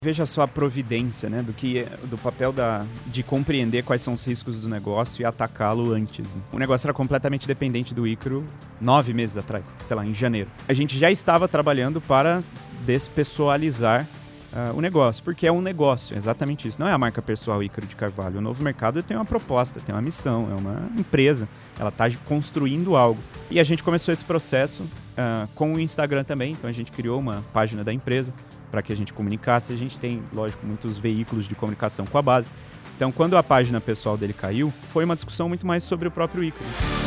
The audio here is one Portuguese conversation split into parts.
Veja só a providência, né, do papel de compreender quais são os riscos do negócio e atacá-lo antes. Né? O negócio era completamente dependente do Ícaro 9 meses atrás, sei lá, em janeiro. A gente já estava trabalhando para despessoalizar o negócio, porque é um negócio, exatamente isso. Não é a marca pessoal Ícaro de Carvalho. O Novo Mercado tem uma proposta, tem uma missão, é uma empresa. Ela está construindo algo. E a gente começou esse processo com o Instagram também. Então a gente criou uma página da empresa para que a gente comunicasse. A gente tem, lógico, muitos veículos de comunicação com a base. Então, quando a página pessoal dele caiu, foi uma discussão muito mais sobre o próprio Ícaro.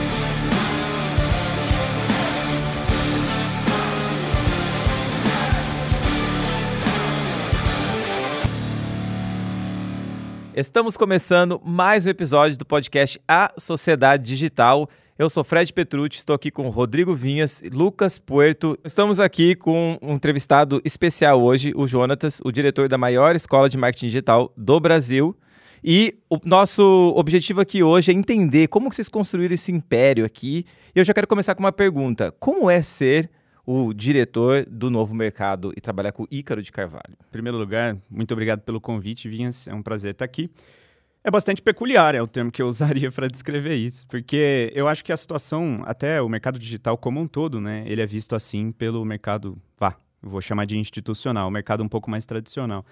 Estamos começando mais um episódio do podcast A Sociedade Digital. Eu sou Fred Petrucci, estou aqui com Rodrigo Vinhas e Lucas Puerto. Estamos aqui com um entrevistado especial hoje, o Jonatas, o diretor da maior escola de marketing digital do Brasil. E o nosso objetivo aqui hoje é entender como vocês construíram esse império aqui. E eu já quero começar com uma pergunta. Como é ser o diretor do Novo Mercado e trabalhar com o Ícaro de Carvalho? Em primeiro lugar, muito obrigado pelo convite, Vinhas. É um prazer estar aqui. É bastante peculiar, é o termo que eu usaria para descrever isso, porque eu acho que a situação, até o mercado digital como um todo, né, ele é visto assim pelo mercado, eu vou chamar de institucional, o mercado um pouco mais tradicional.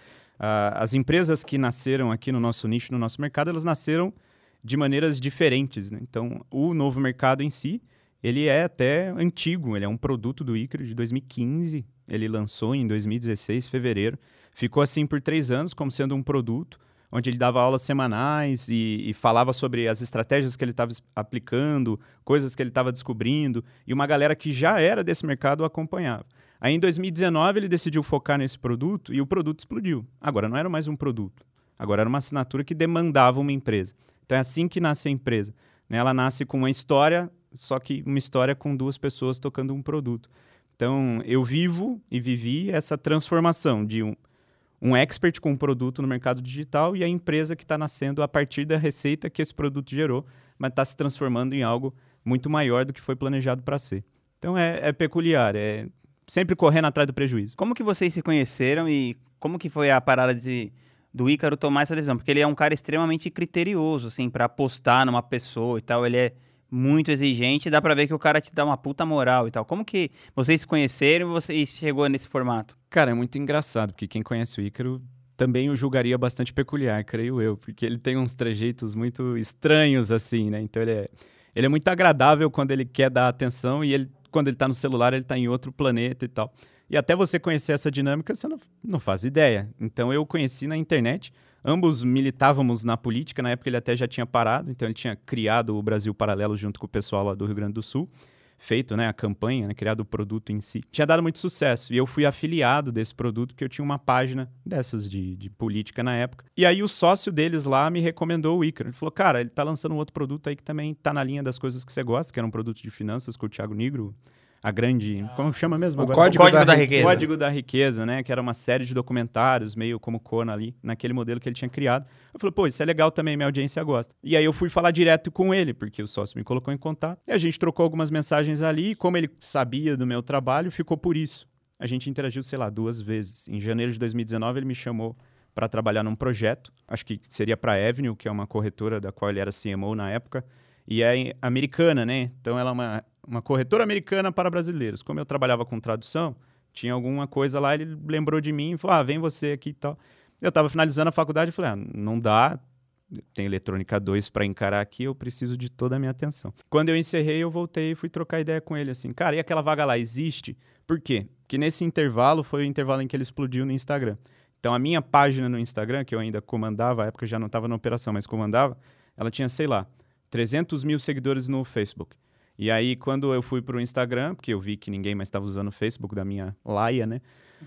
As empresas que nasceram aqui no nosso nicho, no nosso mercado, elas nasceram de maneiras diferentes, né? Então, o Novo Mercado em si, ele é até antigo, ele é um produto do Ícaro de 2015, ele lançou em 2016, fevereiro, ficou assim por 3 anos como sendo um produto, onde ele dava aulas semanais e falava sobre as estratégias que ele estava aplicando, coisas que ele estava descobrindo, e uma galera que já era desse mercado o acompanhava. Aí, em 2019, ele decidiu focar nesse produto e o produto explodiu. Agora, não era mais um produto. Agora, era uma assinatura que demandava uma empresa. Então, é assim que nasce a empresa. Né? Ela nasce com uma história, só que uma história com 2 pessoas tocando um produto. Então, eu vivo e vivi essa transformação de um expert com um produto no mercado digital e a empresa que está nascendo a partir da receita que esse produto gerou, mas está se transformando em algo muito maior do que foi planejado para ser. Então é peculiar, é sempre correndo atrás do prejuízo. Como que vocês se conheceram e como que foi a parada do Ícaro tomar essa decisão? Porque ele é um cara extremamente criterioso, assim, para apostar numa pessoa e tal, ele é muito exigente, dá pra ver que o cara te dá uma puta moral e tal. Como que vocês se conheceram e você chegou nesse formato? Cara, é muito engraçado, porque quem conhece o Ícaro também o julgaria bastante peculiar, creio eu, porque ele tem uns trejeitos muito estranhos, assim, né? Então ele é muito agradável quando ele quer dar atenção e quando ele tá no celular, ele tá em outro planeta e tal. E até você conhecer essa dinâmica, você não faz ideia. Então eu conheci na internet. Ambos militávamos na política, na época ele até já tinha parado, então ele tinha criado o Brasil Paralelo junto com o pessoal lá do Rio Grande do Sul, feito, né, a campanha, né, criado o produto em si. Tinha dado muito sucesso e eu fui afiliado desse produto porque eu tinha uma página dessas de política na época. E aí o sócio deles lá me recomendou o Ícaro. Ele falou, cara, ele tá lançando um outro produto aí que também tá na linha das coisas que você gosta, que era um produto de finanças com o Thiago Nigro, a grande... Como chama mesmo agora? Código da Riqueza. Código da Riqueza, né? Que era uma série de documentários, meio como Conan ali, naquele modelo que ele tinha criado. Eu falei, pô, isso é legal também, minha audiência gosta. E aí eu fui falar direto com ele, porque o sócio me colocou em contato. E a gente trocou algumas mensagens ali, e como ele sabia do meu trabalho, ficou por isso. A gente interagiu, sei lá, 2 vezes. Em janeiro de 2019, ele me chamou para trabalhar num projeto. Acho que seria para a Avenue, que é uma corretora da qual ele era CMO na época. E é americana, né? Então ela é uma corretora americana para brasileiros. Como eu trabalhava com tradução, tinha alguma coisa lá, ele lembrou de mim e falou, vem você aqui e tal. Eu estava finalizando a faculdade e falei, não dá, tem eletrônica 2 para encarar aqui, eu preciso de toda a minha atenção. Quando eu encerrei, eu voltei e fui trocar ideia com ele, assim, cara, e aquela vaga lá existe? Por quê? Porque nesse intervalo foi o intervalo em que ele explodiu no Instagram. Então a minha página no Instagram, que eu ainda comandava, à época já não estava na operação, mas comandava, ela tinha, sei lá, 300 mil seguidores no Facebook. E aí, quando eu fui para o Instagram, porque eu vi que ninguém mais estava usando o Facebook da minha laia, né?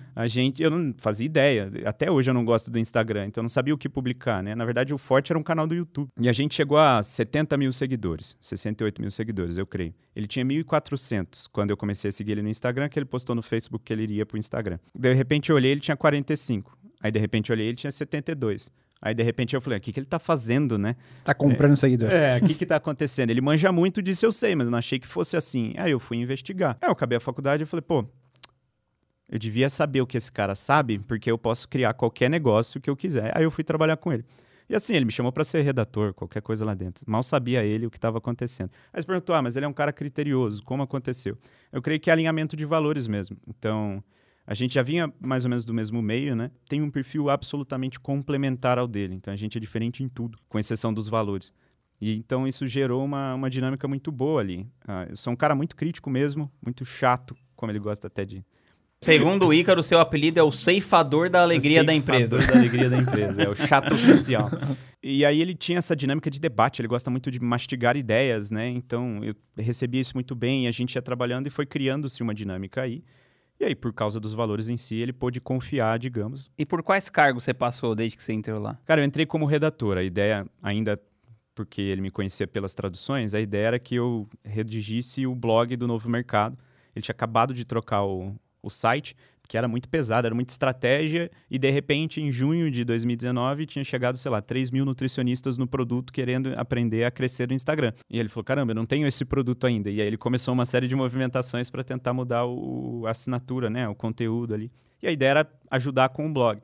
Eu não fazia ideia. Até hoje eu não gosto do Instagram, então eu não sabia o que publicar, né? Na verdade, o forte era um canal do YouTube. E a gente chegou a 70 mil seguidores, 68 mil seguidores, eu creio. Ele tinha 1.400 quando eu comecei a seguir ele no Instagram, que ele postou no Facebook que ele iria para o Instagram. De repente eu olhei, ele tinha 45. Aí, de repente, eu olhei, ele tinha 72. Aí, de repente, eu falei, o que ele tá fazendo, né? Tá comprando seguidor. O que tá acontecendo? Ele manja muito disso, eu sei, mas eu não achei que fosse assim. Aí eu fui investigar. Aí eu acabei a faculdade e falei, pô, eu devia saber o que esse cara sabe, porque eu posso criar qualquer negócio que eu quiser. Aí eu fui trabalhar com ele. E assim, ele me chamou para ser redator, qualquer coisa lá dentro. Mal sabia ele o que estava acontecendo. Aí você perguntou, mas ele é um cara criterioso, como aconteceu? Eu creio que é alinhamento de valores mesmo. Então, a gente já vinha mais ou menos do mesmo meio, né? Tem um perfil absolutamente complementar ao dele. Então, a gente é diferente em tudo, com exceção dos valores. E então, isso gerou uma dinâmica muito boa ali. Eu sou um cara muito crítico mesmo, muito chato, como ele gosta até de... Segundo o Ícaro, seu apelido é o ceifador da alegria da empresa. Ceifador da alegria da empresa, é o chato oficial. E aí ele tinha essa dinâmica de debate, ele gosta muito de mastigar ideias, né? Então eu recebia isso muito bem, e a gente ia trabalhando e foi criando-se uma dinâmica aí. E aí, por causa dos valores em si, ele pôde confiar, digamos. E por quais cargos você passou desde que você entrou lá? Cara, eu entrei como redator, a ideia ainda... porque ele me conhecia pelas traduções, a ideia era que eu redigisse o blog do Novo Mercado. Ele tinha acabado de trocar o site, que era muito pesado, era muita estratégia, e de repente, em junho de 2019, tinha chegado, sei lá, 3 mil nutricionistas no produto querendo aprender a crescer no Instagram. E ele falou, caramba, eu não tenho esse produto ainda. E aí ele começou uma série de movimentações para tentar mudar a assinatura, né, o conteúdo ali. E a ideia era ajudar com o blog.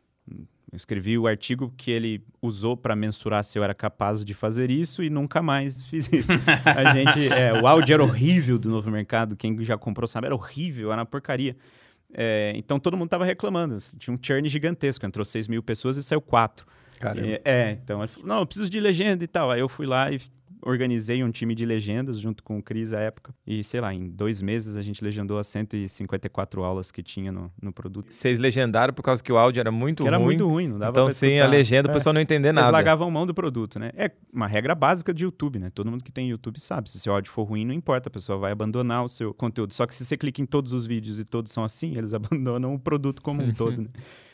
Eu escrevi o artigo que ele usou para mensurar se eu era capaz de fazer isso e nunca mais fiz isso. O áudio era horrível do Novo Mercado, quem já comprou sabe, era horrível, era uma porcaria. Então todo mundo estava reclamando, tinha um churn gigantesco, entrou 6 mil pessoas e saiu 4. Caramba. Então ele falou, não, eu preciso de legenda e tal. Aí eu fui lá e organizei um time de legendas junto com o Cris à época. E, sei lá, em 2 meses a gente legendou as 154 aulas que tinha no produto. Vocês legendaram por causa que o áudio era muito ruim? Era muito ruim, não dava então, pra sem escutar. a legenda, o pessoal não entender nada. Eles largavam mão do produto, né? É uma regra básica de YouTube, né? Todo mundo que tem YouTube sabe. Se seu áudio for ruim, não importa, a pessoa vai abandonar o seu conteúdo. Só que se você clica em todos os vídeos e todos são assim, eles abandonam o produto como um todo, né?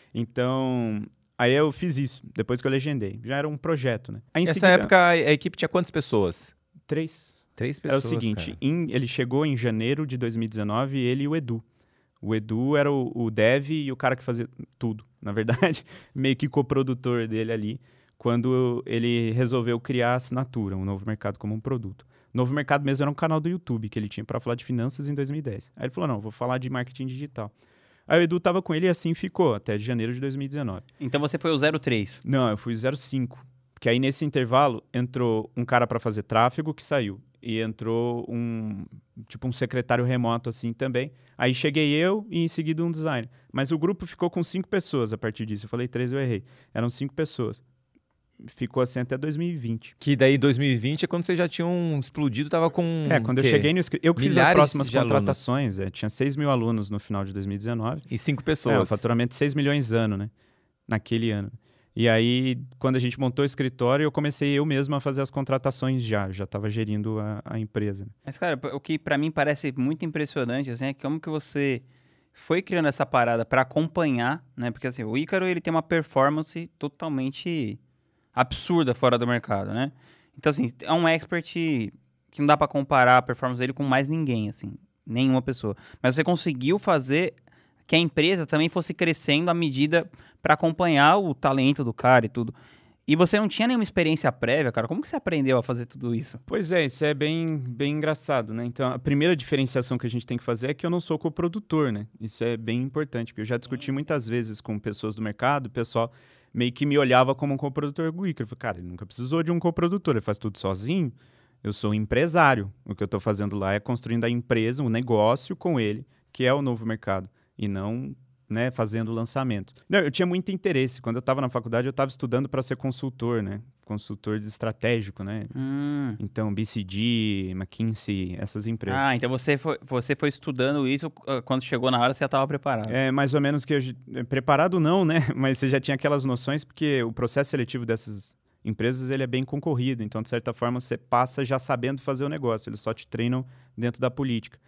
Então... Aí eu fiz isso, depois que eu legendei. Já era um projeto, né? Aí, Nessa época, a equipe tinha quantas pessoas? 3. 3 pessoas, Era o seguinte, ele chegou em janeiro de 2019, ele e o Edu. O Edu era o dev e o cara que fazia tudo, na verdade, meio que coprodutor dele ali, quando ele resolveu criar a assinatura, um Novo Mercado como um produto. O Novo Mercado mesmo era um canal do YouTube que ele tinha para falar de finanças em 2010. Aí ele falou, não, vou falar de marketing digital. Aí o Edu tava com ele e assim ficou, até janeiro de 2019. Então você foi o 03? Não, eu fui o 05. Porque aí nesse intervalo entrou um cara para fazer tráfego que saiu. E entrou um secretário remoto assim também. Aí cheguei eu e em seguida um designer. Mas o grupo ficou com 5 pessoas a partir disso. Eu falei 3, eu errei. Eram 5 pessoas. Ficou assim até 2020. Que daí 2020 é quando vocês já tinham explodido, tava com... Quando eu cheguei no escritório... Eu que fiz as Milhares próximas de alunos. contratações. Tinha 6 mil alunos no final de 2019. E 5 pessoas. O faturamento de 6 milhões ano, né? Naquele ano. E aí, quando a gente montou o escritório, eu comecei eu mesmo a fazer as contratações já estava gerindo a empresa. Mas, cara, o que pra mim parece muito impressionante, assim, é como que você foi criando essa parada pra acompanhar, né? Porque, assim, o Ícaro, ele tem uma performance totalmente absurda fora do mercado, né? Então, assim, é um expert que não dá pra comparar a performance dele com mais ninguém, assim, nenhuma pessoa. Mas você conseguiu fazer que a empresa também fosse crescendo à medida para acompanhar o talento do cara e tudo. E você não tinha nenhuma experiência prévia, cara? Como que você aprendeu a fazer tudo isso? Pois é, isso é bem engraçado, né? Então, a primeira diferenciação que a gente tem que fazer é que eu não sou coprodutor, né? Isso é bem importante, porque eu já discuti muitas vezes com pessoas do mercado, o pessoal meio que me olhava como um coprodutor do Ícaro. Eu falei, cara, ele nunca precisou de um coprodutor, ele faz tudo sozinho. Eu sou um empresário. O que eu estou fazendo lá é construindo a empresa, um negócio com ele, que é o Novo Mercado. E não, né, fazendo lançamento. Não, eu tinha muito interesse. Quando eu estava na faculdade, eu estava estudando para ser consultor, né? Consultor estratégico, né? Então, BCG, McKinsey, essas empresas. Ah, então você foi estudando isso, quando chegou na hora você já estava preparado. É, mais ou menos que preparado não, né? Mas você já tinha aquelas noções, porque o processo seletivo dessas empresas, ele é bem concorrido. Então, de certa forma, você passa já sabendo fazer o negócio. Eles só te treinam dentro da política.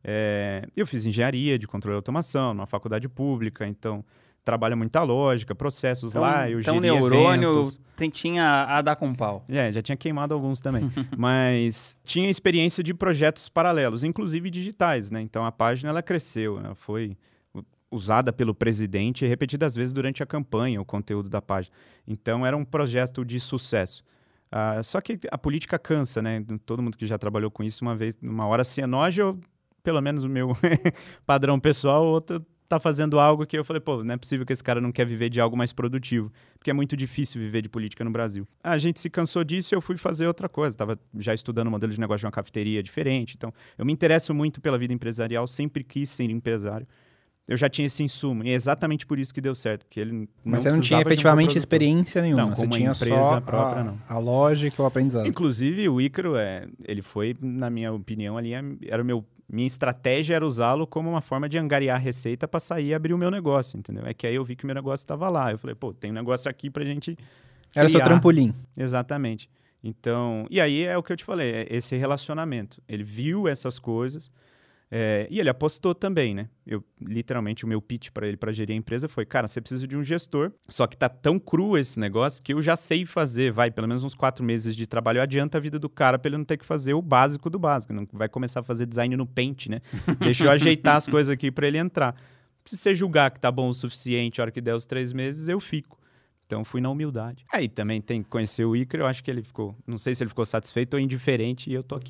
Eu fiz engenharia de controle e automação numa faculdade pública, então trabalha muita lógica, processos então, lá, eu então geria neurônio eventos. Tinha a dar com pau. Já tinha queimado alguns também, mas tinha experiência de projetos paralelos, inclusive digitais, né? Então a página ela cresceu, ela foi usada pelo presidente repetidas vezes durante a campanha, o conteúdo da página. Então era um projeto de sucesso. Só que a política cansa, né? Todo mundo que já trabalhou com isso uma hora se enoja, pelo menos o meu padrão pessoal, outra tá fazendo algo que eu falei, pô, não é possível que esse cara não quer viver de algo mais produtivo, porque é muito difícil viver de política no Brasil. A gente se cansou disso e eu fui fazer outra coisa, tava já estudando um modelo de negócio de uma cafeteria diferente, então eu me interesso muito pela vida empresarial, sempre quis ser empresário. Eu já tinha esse insumo, e é exatamente por isso que deu certo, porque ele não Mas você não tinha precisava de um efetivamente coprodutor. experiência nenhuma, Não, você como uma tinha empresa só própria, não. a lógica e o aprendizado. Inclusive, o Ícaro, ele foi, na minha opinião, ali, era minha estratégia era usá-lo como uma forma de angariar receita para sair e abrir o meu negócio, entendeu? É que aí eu vi que o meu negócio estava lá. Eu falei, pô, tem um negócio aqui pra gente Era seu criar. trampolim. Exatamente. Então, e aí é o que eu te falei, é esse relacionamento. Ele viu essas coisas e ele apostou também, né? Literalmente, o meu pitch para ele, para gerir a empresa foi, cara, você precisa de um gestor, só que tá tão cru esse negócio que eu já sei fazer, pelo menos uns 4 meses de trabalho, adianta a vida do cara para ele não ter que fazer o básico do básico, não vai começar a fazer design no Paint, né? Deixa eu ajeitar as coisas aqui para ele entrar. Se você julgar que tá bom o suficiente, a hora que der os 3 meses, eu fico. Então, fui na humildade. Aí também tem que conhecer o Ícaro, eu acho que ele ficou... Não sei se ele ficou satisfeito ou indiferente, e eu tô aqui.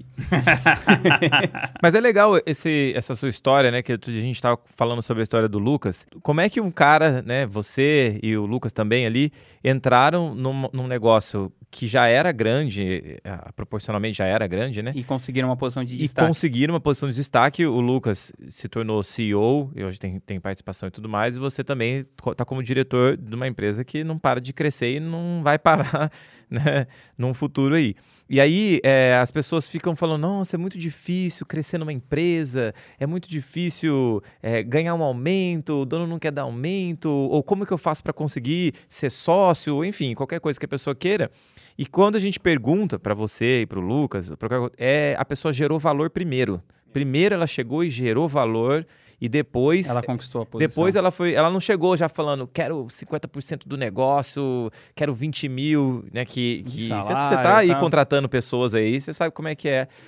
Mas é legal essa sua história, né? Que a gente tava falando sobre a história do Lucas. Como é que um cara, né? Você e o Lucas também ali, entraram num negócio que já era grande, proporcionalmente já era grande, né? E conseguiram uma posição de destaque. E conseguiram uma posição de destaque. O Lucas se tornou CEO, e hoje tem participação e tudo mais, e você também tá como diretor de uma empresa que não para de crescer e não vai parar, né, num futuro aí. E aí as pessoas ficam falando, nossa, é muito difícil crescer numa empresa, é muito difícil ganhar um aumento, o dono não quer dar aumento, ou como que eu faço para conseguir ser sócio, enfim, qualquer coisa que a pessoa queira. E quando a gente pergunta para você e para o Lucas, a pessoa gerou valor primeiro. Primeiro ela chegou e gerou valor, e depois... Ela conquistou a posição. Depois ela não chegou já falando, quero 50% do negócio, quero 20 mil, né? Que você tá aí contratando pessoas aí, você sabe como é que é.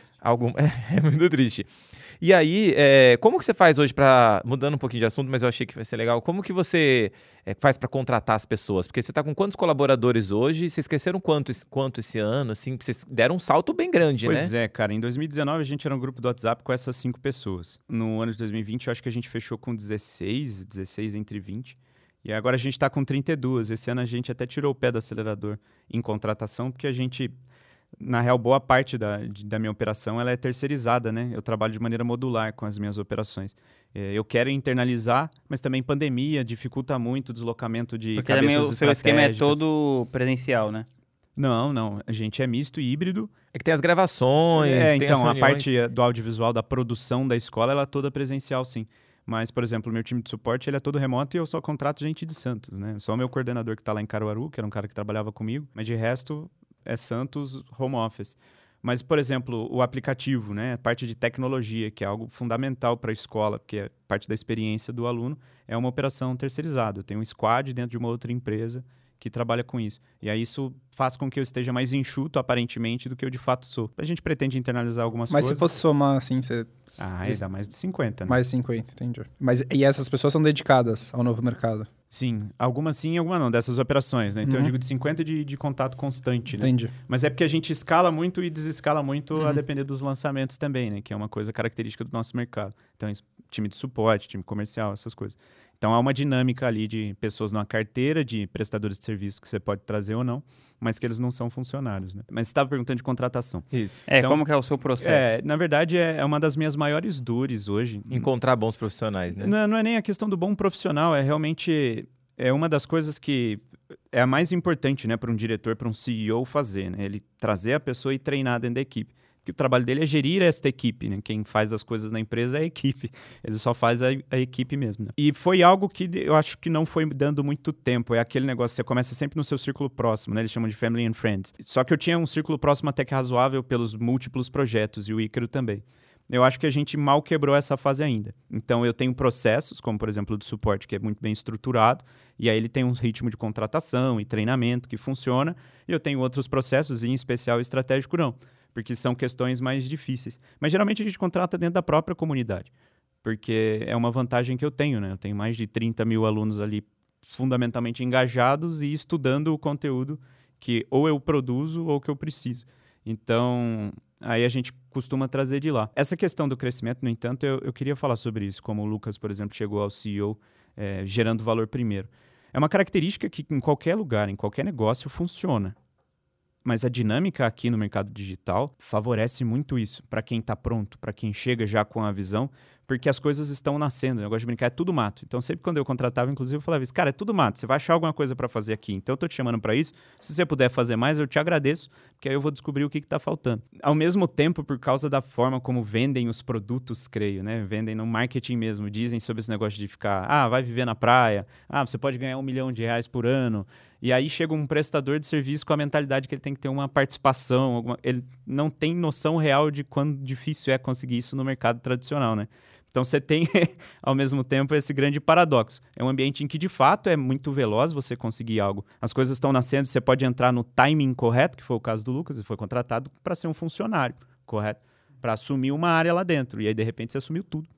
É muito triste. E aí, como que você faz hoje para... Mudando um pouquinho de assunto, mas eu achei que vai ser legal. Como que você faz para contratar as pessoas? Porque você está com quantos colaboradores hoje? Vocês cresceram quanto esse ano? Assim, vocês deram um salto bem grande, né? Pois é, cara. Em 2019, a gente era um grupo do WhatsApp com essas 5 pessoas. No ano de 2020, eu acho que a gente fechou com 16 entre 20. E agora a gente está com 32. Esse ano a gente até tirou o pé do acelerador em contratação, porque a gente... Na real, boa parte da minha operação ela é terceirizada, né? Eu trabalho de maneira modular com as minhas operações. Eu quero internalizar, mas também pandemia dificulta muito o deslocamento de porque cabeças também o seu esquema é estratégicas. todo presencial, né? Não. A gente é misto e híbrido. É que tem as gravações, tem então, as a parte do audiovisual, da produção da escola, ela é toda presencial, sim. Mas, por exemplo, o meu time de suporte ele é todo remoto e eu só contrato gente de Santos, né? Só o meu coordenador que está lá em Caruaru, que era um cara que trabalhava comigo, mas de resto... é Santos home office. Mas, por exemplo, o aplicativo, né? A parte de tecnologia, que é algo fundamental para a escola, porque é parte da experiência do aluno, é uma operação terceirizada. Eu tenho um squad dentro de uma outra empresa que trabalha com isso. E aí isso faz com que eu esteja mais enxuto, aparentemente, do que eu de fato sou. A gente pretende internalizar algumas coisas. Mas se fosse somar, assim, você... dá mais de 50, né? Mais de 50, entendi. E essas pessoas são dedicadas ao novo mercado? Sim, algumas sim e algumas não, dessas operações, né? Então eu digo de 50 de contato constante, né? Entendi. Mas é porque a gente escala muito e desescala muito a depender dos lançamentos também, né? Que é uma coisa característica do nosso mercado. Então, time de suporte, time comercial, essas coisas. Então, há uma dinâmica ali de pessoas numa carteira de prestadores de serviço que você pode trazer ou não, mas que eles não são funcionários, né? Mas você estava perguntando de contratação. Isso. Então, como que é o seu processo? Na verdade, é uma das minhas maiores dores hoje. Encontrar bons profissionais, né? Não é nem a questão do bom profissional, é realmente... É uma das coisas que é a mais importante, né, para um diretor, para um CEO fazer, né? Ele trazer a pessoa e treinar dentro da equipe. Porque o trabalho dele é gerir esta equipe, né? Quem faz as coisas na empresa é a equipe. Ele só faz a equipe mesmo, né? E foi algo que eu acho que não foi dando muito tempo. É aquele negócio, você começa sempre no seu círculo próximo, né? Eles chamam de family and friends. Só que eu tinha um círculo próximo até que razoável pelos múltiplos projetos, e o Ícaro também. Eu acho que a gente mal quebrou essa fase ainda. Então, eu tenho processos, como, por exemplo, o de suporte, que é muito bem estruturado, e aí ele tem um ritmo de contratação e treinamento que funciona, e eu tenho outros processos, em especial estratégico não, porque são questões mais difíceis. Mas, geralmente, a gente contrata dentro da própria comunidade, porque é uma vantagem que eu tenho, né? Eu tenho mais de 30 mil alunos ali fundamentalmente engajados e estudando o conteúdo que ou eu produzo ou que eu preciso. Então, aí a gente costuma trazer de lá. Essa questão do crescimento, no entanto, eu queria falar sobre isso, como o Lucas, por exemplo, chegou ao CEO gerando valor primeiro. É uma característica que em qualquer lugar, em qualquer negócio, funciona. Mas a dinâmica aqui no mercado digital favorece muito isso, para quem está pronto, para quem chega já com a visão, porque as coisas estão nascendo. Eu gosto de brincar, é tudo mato. Então, sempre quando eu contratava, inclusive, eu falava isso, cara, é tudo mato, você vai achar alguma coisa para fazer aqui. Então, eu tô te chamando para isso. Se você puder fazer mais, eu te agradeço, porque aí eu vou descobrir o que está faltando. Ao mesmo tempo, por causa da forma como vendem os produtos, creio, né? Vendem no marketing mesmo, dizem sobre esse negócio de ficar, vai viver na praia, você pode ganhar R$1 milhão por ano. E aí chega um prestador de serviço com a mentalidade que ele tem que ter uma participação, ele não tem noção real de quão difícil é conseguir isso no mercado tradicional, né? Então você tem, ao mesmo tempo, esse grande paradoxo. É um ambiente em que, de fato, é muito veloz você conseguir algo. As coisas estão nascendo, você pode entrar no timing correto, que foi o caso do Lucas, ele foi contratado para ser um funcionário, correto? Para assumir uma área lá dentro. E aí, de repente, você assumiu tudo.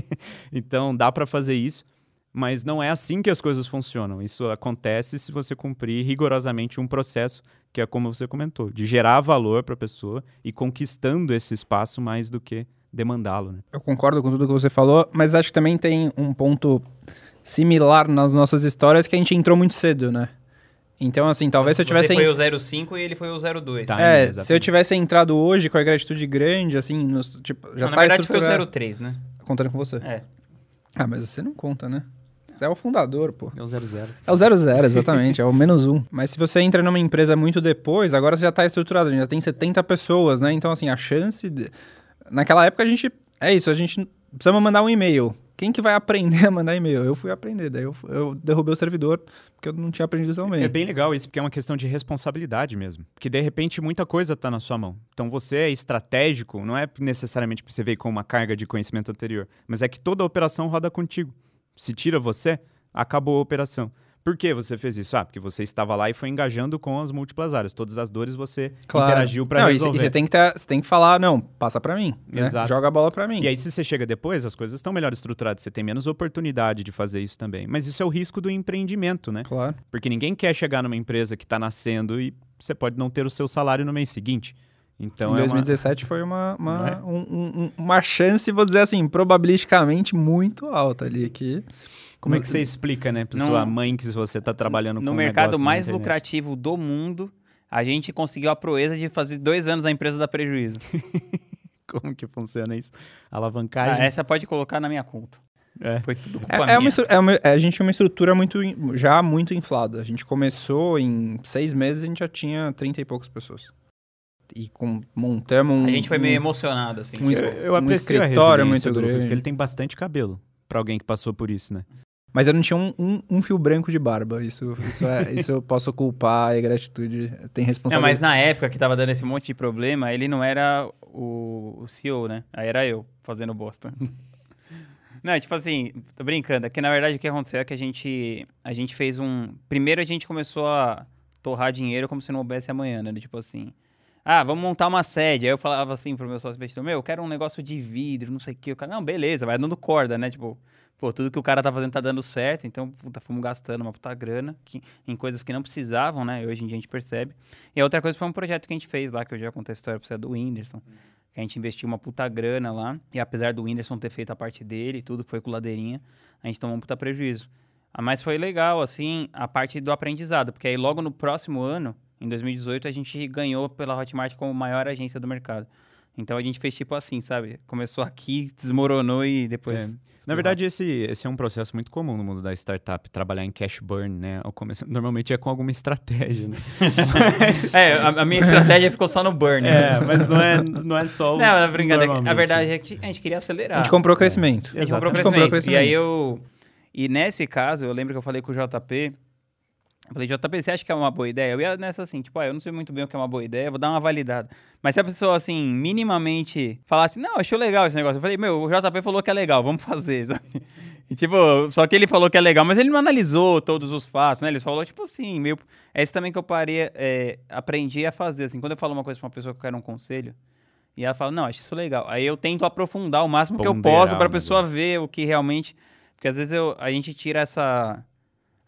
Então, dá para fazer isso. Mas não é assim que as coisas funcionam. Isso acontece se você cumprir rigorosamente um processo, que é como você comentou, de gerar valor para a pessoa e conquistando esse espaço mais do que demandá-lo, né? Eu concordo com tudo que você falou, mas acho que também tem um ponto similar nas nossas histórias que a gente entrou muito cedo, né? Então, assim, talvez se eu tivesse... Você foi o 05 e ele foi o 02. Tá, se eu tivesse entrado hoje com a gratitude grande, assim, já na tá verdade foi estruturado. o 03, né? Contando com você. É. Mas você não conta, né? Você é o fundador, pô. É o 00. É o 00, exatamente, é o -1. Mas se você entra numa empresa muito depois, agora você já tá estruturado, a gente já tem 70 pessoas, né? Então, assim, a chance... Naquela época a gente... É isso, a gente precisamos mandar um e-mail. Quem que vai aprender a mandar e-mail? Eu fui aprender, daí eu derrubei o servidor porque eu não tinha aprendido tão bem. É bem legal isso, porque é uma questão de responsabilidade mesmo. Porque, de repente, muita coisa está na sua mão. Então, você é estratégico, não é necessariamente porque você veio com uma carga de conhecimento anterior, mas é que toda a operação roda contigo. Se tira você, acabou a operação. Por que você fez isso? Porque você estava lá e foi engajando com as múltiplas áreas. Todas as dores você interagiu para resolver. E você tem que falar, não, passa para mim. Né? Exato. Joga a bola para mim. E aí, se você chega depois, as coisas estão melhor estruturadas. Você tem menos oportunidade de fazer isso também. Mas isso é o risco do empreendimento, né? Claro. Porque ninguém quer chegar numa empresa que está nascendo e você pode não ter o seu salário no mês seguinte. Então, em 2017 foi uma chance, vou dizer assim, probabilisticamente muito alta ali. Como é que você explica, né, pra sua mãe que você está trabalhando com um no mercado negócio mais lucrativo do mundo, a gente conseguiu a proeza de fazer 2 anos a empresa dar prejuízo. Como que funciona isso? Alavancagem? Essa pode colocar na minha conta. Foi tudo culpa minha. A gente tinha uma estrutura já muito inflada. A gente começou em 6 meses, a gente já tinha 30 e poucas pessoas. E montamos A gente foi meio emocionado, assim. Eu aprecio escritório a muito do Lucas, grande. porque ele tem bastante cabelo pra alguém que passou por isso, né? Mas eu não tinha um fio branco de barba. Isso eu posso culpar, e gratitude tem responsabilidade. Mas na época que tava dando esse monte de problema, ele não era o CEO, né? Aí era eu, fazendo bosta. Não, tipo assim, tô brincando. É que na verdade o que aconteceu é que a gente fez Primeiro a gente começou a torrar dinheiro como se não houvesse amanhã, né? Tipo assim... vamos montar uma sede. Aí eu falava assim pro meu sócio investidor, eu quero um negócio de vidro, não sei o quê. O cara, não, beleza, vai dando corda, né? Tipo, tudo que o cara tá fazendo tá dando certo, então, fomos gastando uma puta grana em coisas que não precisavam, né? E hoje em dia a gente percebe. E a outra coisa foi um projeto que a gente fez lá, que eu já contei a história pra você, do Whindersson. Que a gente investiu uma puta grana lá, e apesar do Whindersson ter feito a parte dele e tudo, que foi com ladeirinha, a gente tomou um puta prejuízo. Mas foi legal, assim, a parte do aprendizado, porque aí logo no próximo ano, em 2018, a gente ganhou pela Hotmart como maior agência do mercado. Então, a gente fez tipo assim, sabe? Começou aqui, desmoronou e depois... Na verdade, esse é um processo muito comum no mundo da startup, trabalhar em cash burn, né? Normalmente é com alguma estratégia, né? A minha estratégia ficou só no burn. Mas não é só o... Não, é brincadeira. A verdade é que a gente queria acelerar. A gente comprou crescimento. A gente comprou crescimento. E aí E nesse caso, eu lembro que eu falei com o JP... Eu falei, JP, você acha que é uma boa ideia? Eu ia nessa assim, tipo, eu não sei muito bem o que é uma boa ideia, vou dar uma validada. Mas se a pessoa, assim, minimamente falasse, não, achou legal esse negócio. Eu falei, o JP falou que é legal, vamos fazer, sabe? E, tipo, só que ele falou que é legal, mas ele não analisou todos os passos, né? Ele só falou, tipo assim, é isso também que eu aprendi a fazer, assim. Quando eu falo uma coisa pra uma pessoa que eu quero um conselho, e ela fala, não, acho isso legal. Aí eu tento aprofundar o máximo que eu posso pra pessoa ver o que realmente... Porque às vezes a gente tira essa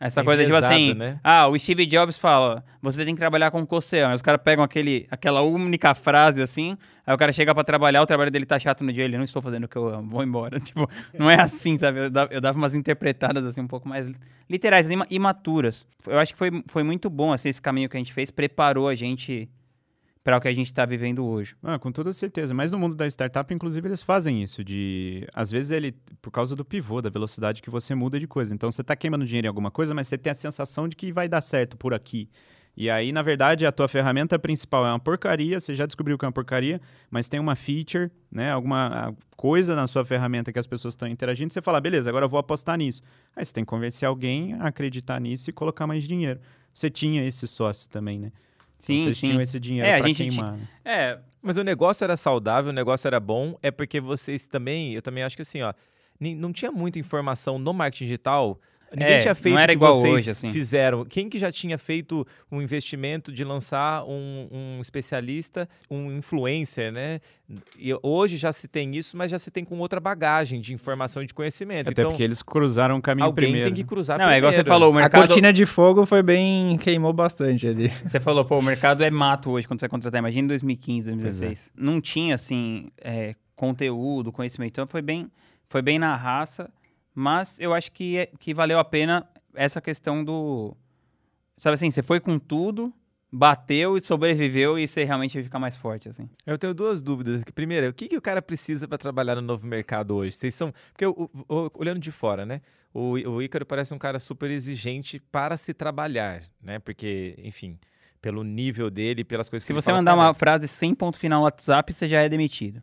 Essa coisa, tipo Enviesado, assim, né? o Steve Jobs fala, você tem que trabalhar com coceão. Aí os caras pegam aquela única frase, assim, aí o cara chega pra trabalhar, o trabalho dele tá chato no dia, ele, não estou fazendo o que eu amo, vou embora. Tipo, não é assim, sabe? Eu dava umas interpretadas, assim, um pouco mais literais, imaturas. Eu acho que foi muito bom, assim, esse caminho que a gente fez, preparou a gente para o que a gente está vivendo hoje. Com toda certeza. Mas no mundo da startup, inclusive, eles fazem isso às vezes por causa do pivô, da velocidade que você muda de coisa. Então, você está queimando dinheiro em alguma coisa, mas você tem a sensação de que vai dar certo por aqui. E aí, na verdade, a tua ferramenta principal é uma porcaria, você já descobriu que é uma porcaria, mas tem uma feature, né, alguma coisa na sua ferramenta que as pessoas estão interagindo, você fala, beleza, agora eu vou apostar nisso. Aí você tem que convencer alguém a acreditar nisso e colocar mais dinheiro. Você tinha esse sócio também, né? Sim, Vocês tinham esse dinheiro pra queimar. Né? Mas o negócio era saudável, o negócio era bom, é porque vocês também, eu também acho que assim, ó, não tinha muita informação no marketing digital. Ninguém tinha feito não era o que igual vocês hoje, assim. fizeram. Quem que já tinha feito um investimento de lançar um especialista, um influencer, né? E hoje já se tem isso, mas já se tem com outra bagagem de informação e de conhecimento. Até então, porque eles cruzaram o caminho alguém primeiro. tem que cruzar Não, primeiro. é igual você falou, o A mercado... cortina de fogo queimou bastante ali. Você falou, o mercado é mato hoje quando você contratar. Imagina em 2015, 2016. Não tinha, assim, conteúdo, conhecimento. Então, foi bem na raça. Mas eu acho que valeu a pena essa questão do... Sabe assim, você foi com tudo, bateu e sobreviveu e você realmente vai ficar mais forte, assim. Eu tenho duas dúvidas. Primeiro, o que o cara precisa para trabalhar no novo mercado hoje? Vocês são... Porque olhando de fora, né? O Ícaro parece um cara super exigente para se trabalhar, né? Porque, enfim, pelo nível dele, pelas coisas que Se ele você fala, mandar cara, uma frase sem ponto final no WhatsApp, você já é demitido.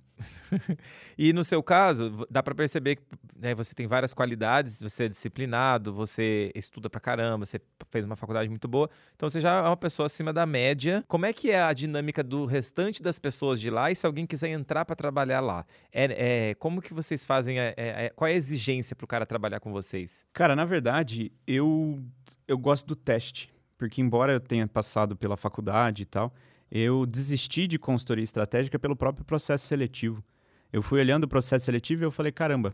E no seu caso, dá para perceber que, né, você tem várias qualidades, você é disciplinado, você estuda pra caramba, você fez uma faculdade muito boa, então você já é uma pessoa acima da média. Como é que é a dinâmica do restante das pessoas de lá e se alguém quiser entrar para trabalhar lá? Como que vocês fazem, qual é a exigência pro cara trabalhar com vocês? Cara, na verdade, eu gosto do teste, porque embora eu tenha passado pela faculdade e tal, eu desisti de consultoria estratégica pelo próprio processo seletivo. Eu fui olhando o processo seletivo e eu falei, caramba,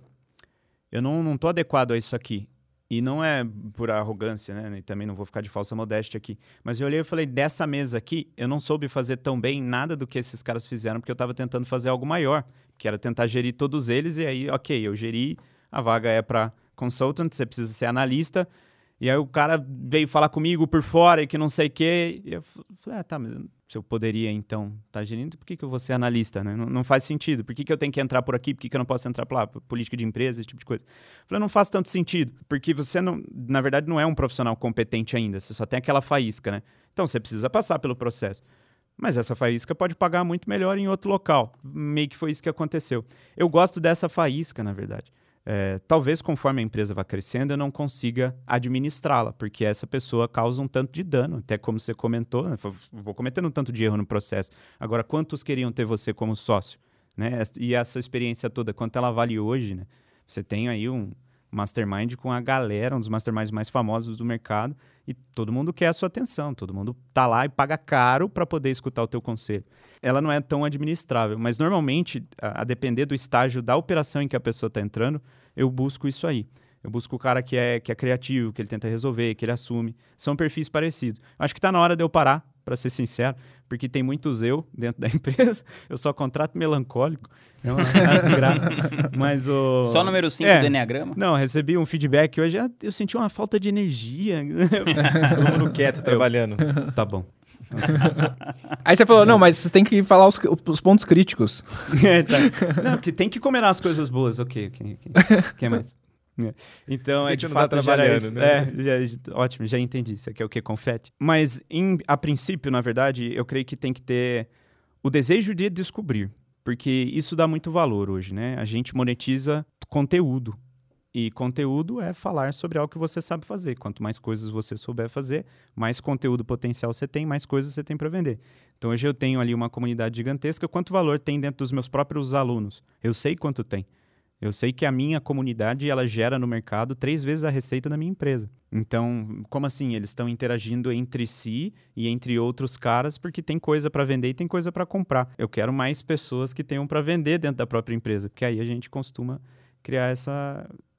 eu não tô adequado a isso aqui. E não é por arrogância, né? E também não vou ficar de falsa modéstia aqui. Mas eu olhei e falei, dessa mesa aqui, eu não soube fazer tão bem nada do que esses caras fizeram, porque eu estava tentando fazer algo maior, que era tentar gerir todos eles, e aí, ok, eu geri, a vaga é para consultant, você precisa ser analista, e aí o cara veio falar comigo por fora e que não sei o quê, e eu falei, tá, mas se eu poderia, então, estar gerindo, por que eu vou ser analista, né? Não faz sentido. Por que eu tenho que entrar por aqui? Por que eu não posso entrar por lá? Política de empresa, esse tipo de coisa. Eu falei, não faz tanto sentido, porque você, na verdade, não é um profissional competente ainda, você só tem aquela faísca, né? Então, você precisa passar pelo processo. Mas essa faísca pode pagar muito melhor em outro local. Meio que foi isso que aconteceu. Eu gosto dessa faísca, na verdade. Talvez conforme a empresa vá crescendo, eu não consiga administrá-la, porque essa pessoa causa um tanto de dano, até como você comentou, né? Vou cometendo um tanto de erro no processo. Agora, quantos queriam ter você como sócio? Né? E essa experiência toda, quanto ela vale hoje? Né? Você tem aí um mastermind com a galera, um dos masterminds mais famosos do mercado, e todo mundo quer a sua atenção, todo mundo tá lá e paga caro para poder escutar o teu conselho. Ela não é tão administrável, mas normalmente, a depender do estágio da operação em que a pessoa está entrando, eu busco isso aí. Eu busco o cara que é criativo, que ele tenta resolver, que ele assume. São perfis parecidos. Acho que está na hora de eu parar, para ser sincero, porque tem muitos eu dentro da empresa. Eu só contrato melancólico. É uma desgraça. Mas Só número 5 do Enneagrama? Não, recebi um feedback hoje. Eu senti uma falta de energia. Todo mundo quieto trabalhando. Tá bom. Aí você falou, não, mas você tem que falar os pontos críticos. Tá. Não, porque tem que combinar as coisas boas. Ok. Quem mais? Então, de fato, trabalhando, né? Ótimo, já entendi. Isso aqui é o que? Confete? Mas, a princípio, na verdade, eu creio que tem que ter o desejo de descobrir, porque isso dá muito valor hoje, né? A gente monetiza conteúdo, e conteúdo é falar sobre algo que você sabe fazer. Quanto mais coisas você souber fazer, mais conteúdo potencial você tem, mais coisas você tem para vender. Então, hoje eu tenho ali uma comunidade gigantesca. Quanto valor tem dentro dos meus próprios alunos? Eu sei quanto tem. Eu sei que a minha comunidade, ela gera no mercado 3 vezes a receita da minha empresa. Então, como assim? Eles estão interagindo entre si e entre outros caras porque tem coisa para vender e tem coisa para comprar. Eu quero mais pessoas que tenham para vender dentro da própria empresa, porque aí a gente costuma criar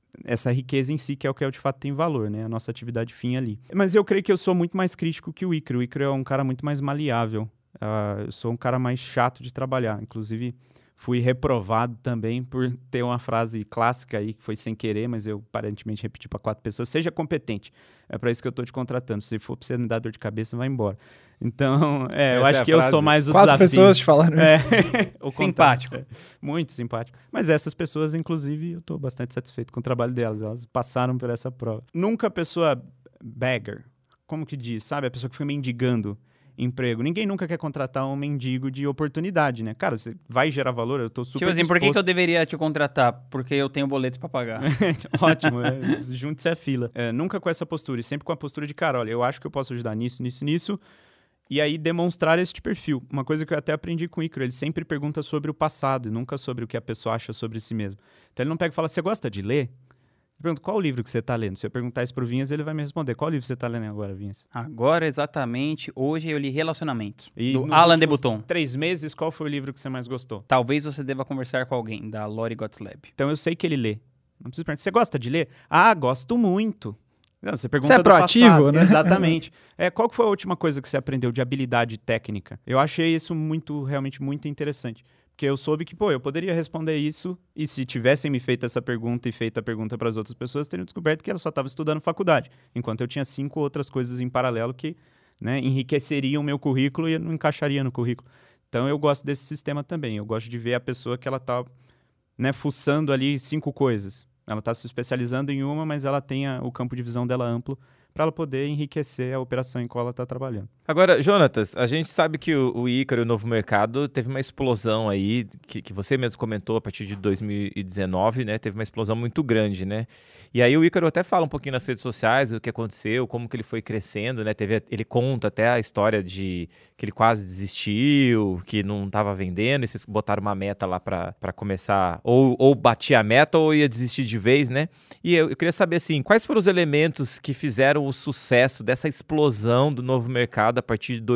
essa riqueza em si, que é o que de fato tem valor, né? A nossa atividade fim ali. Mas eu creio que eu sou muito mais crítico que o Ícaro. O Ícaro é um cara muito mais maleável. Eu sou um cara mais chato de trabalhar. Inclusive, fui reprovado também por ter uma frase clássica aí, que foi sem querer, mas eu aparentemente repeti para 4 pessoas. Seja competente. É para isso que eu tô te contratando. Se for para você me dar dor de cabeça, vai embora. Então, eu acho que eu sou mais o 4 desafio. pessoas te falaram isso. O Simpático. Muito simpático. Mas essas pessoas, inclusive, eu tô bastante satisfeito com o trabalho delas. Elas passaram por essa prova. Nunca a pessoa beggar, como que diz, sabe? A pessoa que fica mendigando emprego. Ninguém nunca quer contratar um mendigo de oportunidade, né? Cara, você vai gerar valor, eu tô super Tipo assim, por que eu deveria te contratar? Porque eu tenho boletos pra pagar. Ótimo, junte-se à fila. Nunca com essa postura, e sempre com a postura de, cara, olha, eu acho que eu posso ajudar nisso, nisso, nisso, e aí demonstrar este perfil. Uma coisa que eu até aprendi com o Ícaro, ele sempre pergunta sobre o passado, e nunca sobre o que a pessoa acha sobre si mesmo. Então ele não pega e fala, você gosta de ler? Eu pergunto, qual o livro que você está lendo? Se eu perguntar isso pro Vinhas, ele vai me responder. Qual livro você está lendo agora, Vinhas? Agora, exatamente, hoje eu li Relacionamentos, E do nos Alan de últimos Botton. 3 meses, qual foi o livro que você mais gostou? Talvez você deva conversar com alguém, da Lori Gottlieb. Então eu sei que ele lê. Não preciso perguntar, você gosta de ler? Ah, gosto muito. Não, você pergunta Você é do proativo, passado. né? Exatamente. Qual que foi a última coisa que você aprendeu de habilidade técnica? Eu achei isso realmente muito interessante. Porque eu soube que, eu poderia responder isso e se tivessem me feito essa pergunta e feito a pergunta para as outras pessoas, teriam descoberto que ela só estava estudando faculdade, enquanto eu tinha 5 outras coisas em paralelo que, né, enriqueceriam o meu currículo e não encaixaria no currículo. Então eu gosto desse sistema também. Eu gosto de ver a pessoa que ela está, né, fuçando ali 5 coisas. Ela está se especializando em uma, mas ela tem o campo de visão dela amplo para ela poder enriquecer a operação em qual ela está trabalhando. Agora, Jonatas, a gente sabe que o Ícaro e o Novo Mercado teve uma explosão aí, que você mesmo comentou a partir de 2019, né? Teve uma explosão muito grande, né? E aí o Ícaro até fala um pouquinho nas redes sociais o que aconteceu, como que ele foi crescendo, né? Ele conta até a história de que ele quase desistiu, que não estava vendendo, e vocês botaram uma meta lá para começar, ou batia a meta ou ia desistir de vez, né? E eu queria saber, assim, quais foram os elementos que fizeram o sucesso dessa explosão do Novo Mercado a partir de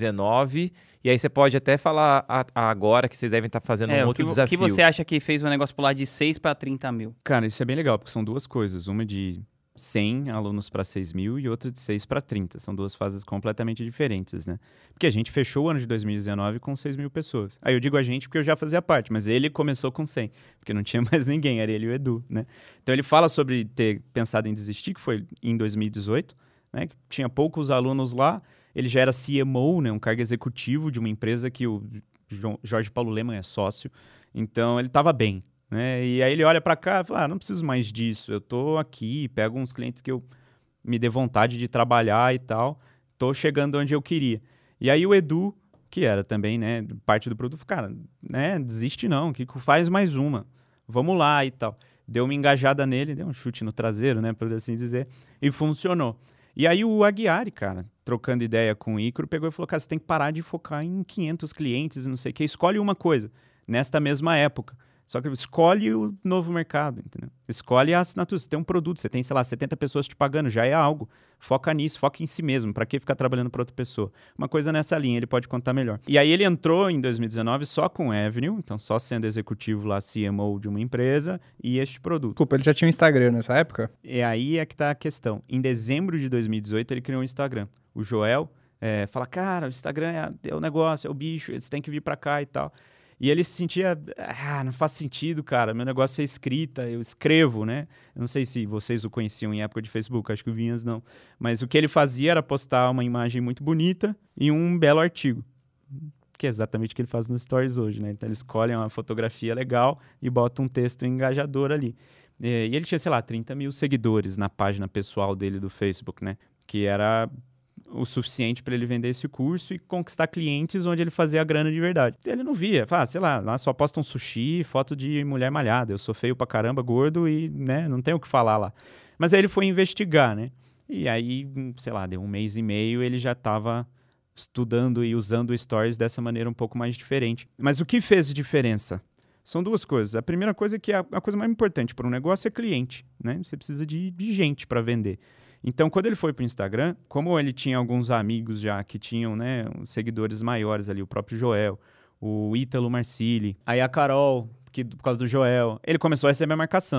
2019? E aí você pode até falar agora que vocês devem estar fazendo um outro desafio. O que você acha que fez o negócio pular de 6 para 30 mil? Cara, isso é bem legal, porque são 2 coisas. Uma de 100 alunos para 6 mil e outra de 6 para 30. São 2 fases completamente diferentes, né? Porque a gente fechou o ano de 2019 com 6 mil pessoas. Aí eu digo a gente porque eu já fazia parte, mas ele começou com 100, porque não tinha mais ninguém, era ele e o Edu, né? Então ele fala sobre ter pensado em desistir, que foi em 2018, né? Que tinha poucos alunos lá, ele já era CMO, né? Um cargo executivo de uma empresa que o Jorge Paulo Lemann é sócio, então ele estava bem, né? E aí ele olha para cá e fala, não preciso mais disso, eu tô aqui, pego uns clientes que eu me dê vontade de trabalhar e tal, tô chegando onde eu queria. E aí o Edu, que era também, né, parte do produto, cara, né, desiste não, que faz mais uma, vamos lá e tal. Deu uma engajada nele, deu um chute no traseiro, né, por assim dizer, e funcionou. E aí o Aguiari, cara, trocando ideia com o Ícaro, pegou e falou, cara, você tem que parar de focar em 500 clientes e não sei o que, escolhe uma coisa, nesta mesma época. Só que escolhe o Novo Mercado, entendeu? Escolhe a assinatura. Você tem um produto, você tem, sei lá, 70 pessoas te pagando, já é algo. Foca nisso, foca em si mesmo. Pra que ficar trabalhando para outra pessoa? Uma coisa nessa linha, ele pode contar melhor. E aí ele entrou em 2019 só com o Avenue, então só sendo executivo lá, CMO de uma empresa e este produto. Desculpa, ele já tinha um Instagram nessa época? E aí é que tá a questão. Em dezembro de 2018 ele criou um Instagram. O Joel fala, cara, o Instagram é o negócio, é o bicho, eles têm que vir pra cá e tal. E ele se sentia, não faz sentido, cara, meu negócio é escrita, eu escrevo, né? Eu não sei se vocês o conheciam em época de Facebook, acho que o Vinhas não. Mas o que ele fazia era postar uma imagem muito bonita e um belo artigo. Que é exatamente o que ele faz nos stories hoje, né? Então ele escolhe uma fotografia legal e bota um texto engajador ali. E ele tinha, sei lá, 30 mil seguidores na página pessoal dele do Facebook, né? Que era o suficiente para ele vender esse curso e conquistar clientes onde ele fazia a grana de verdade. Ele não via, sei lá só postam sushi, foto de mulher malhada, eu sou feio pra caramba, gordo e, né, não tenho o que falar lá. Mas aí ele foi investigar, né, e aí, sei lá, deu 1 mês e meio, ele já estava estudando e usando o Stories dessa maneira um pouco mais diferente. Mas o que fez diferença? São 2 coisas. A primeira coisa é que a coisa mais importante para um negócio é cliente, né, você precisa de gente para vender. Então, quando ele foi para o Instagram, como ele tinha alguns amigos já que tinham, né, seguidores maiores ali, o próprio Joel, o Ítalo Marcilli, aí a Carol, que por causa do Joel, ele começou a receber a marcação.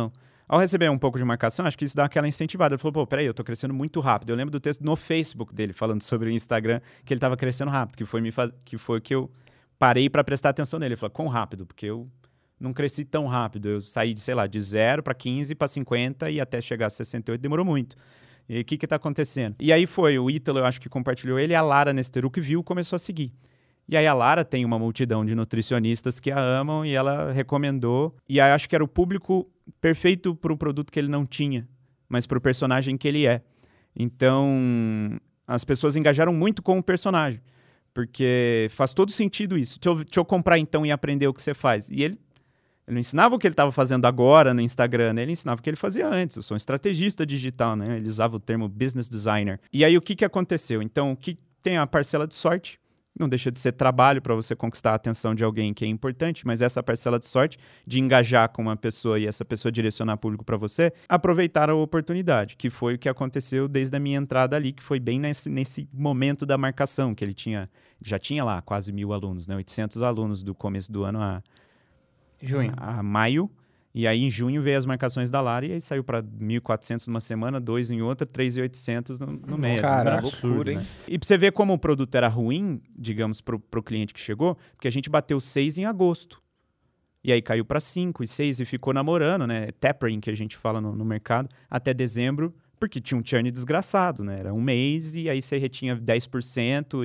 Ao receber um pouco de marcação, acho que isso dá aquela incentivada. Ele falou, pô, peraí, eu tô crescendo muito rápido. Eu lembro do texto no Facebook dele, falando sobre o Instagram, que ele tava crescendo rápido, que foi que eu parei para prestar atenção nele. Ele falou, quão rápido? Porque eu não cresci tão rápido. Eu saí de, sei lá, de 0 para 15 para 50 e até chegar a 68 demorou muito. E o que tá acontecendo? E aí foi, o Ítalo, eu acho que compartilhou ele, e a Lara Nesteruk viu, começou a seguir. E aí a Lara tem uma multidão de nutricionistas que a amam e ela recomendou. E aí acho que era o público perfeito para um produto que ele não tinha, mas para o personagem que ele é. Então, as pessoas engajaram muito com o personagem, porque faz todo sentido isso. Deixa eu comprar então e aprender o que você faz. E ele não ensinava o que ele estava fazendo agora no Instagram, né? Ele ensinava o que ele fazia antes. Eu sou um estrategista digital, né? Ele usava o termo business designer. E aí o que aconteceu? Então, o que tem a parcela de sorte, não deixa de ser trabalho para você conquistar a atenção de alguém que é importante, mas essa parcela de sorte de engajar com uma pessoa e essa pessoa direcionar público para você, aproveitar a oportunidade, que foi o que aconteceu desde a minha entrada ali, que foi bem nesse momento da marcação, que ele já tinha lá quase 1.000 alunos, né? 800 alunos do começo do ano a maio. E aí, em junho, veio as marcações da Lara e aí saiu para 1.400 numa semana, 2 em outra, 3.800 no mês. Caraca, loucura, hein? Né? E pra você ver como o produto era ruim, digamos, pro cliente que chegou, porque a gente bateu 6 em agosto. E aí caiu para 5 e 6 e ficou namorando, né? Tapering, que a gente fala no mercado, até dezembro, porque tinha um churn desgraçado, né? Era um mês e aí você retinha 10%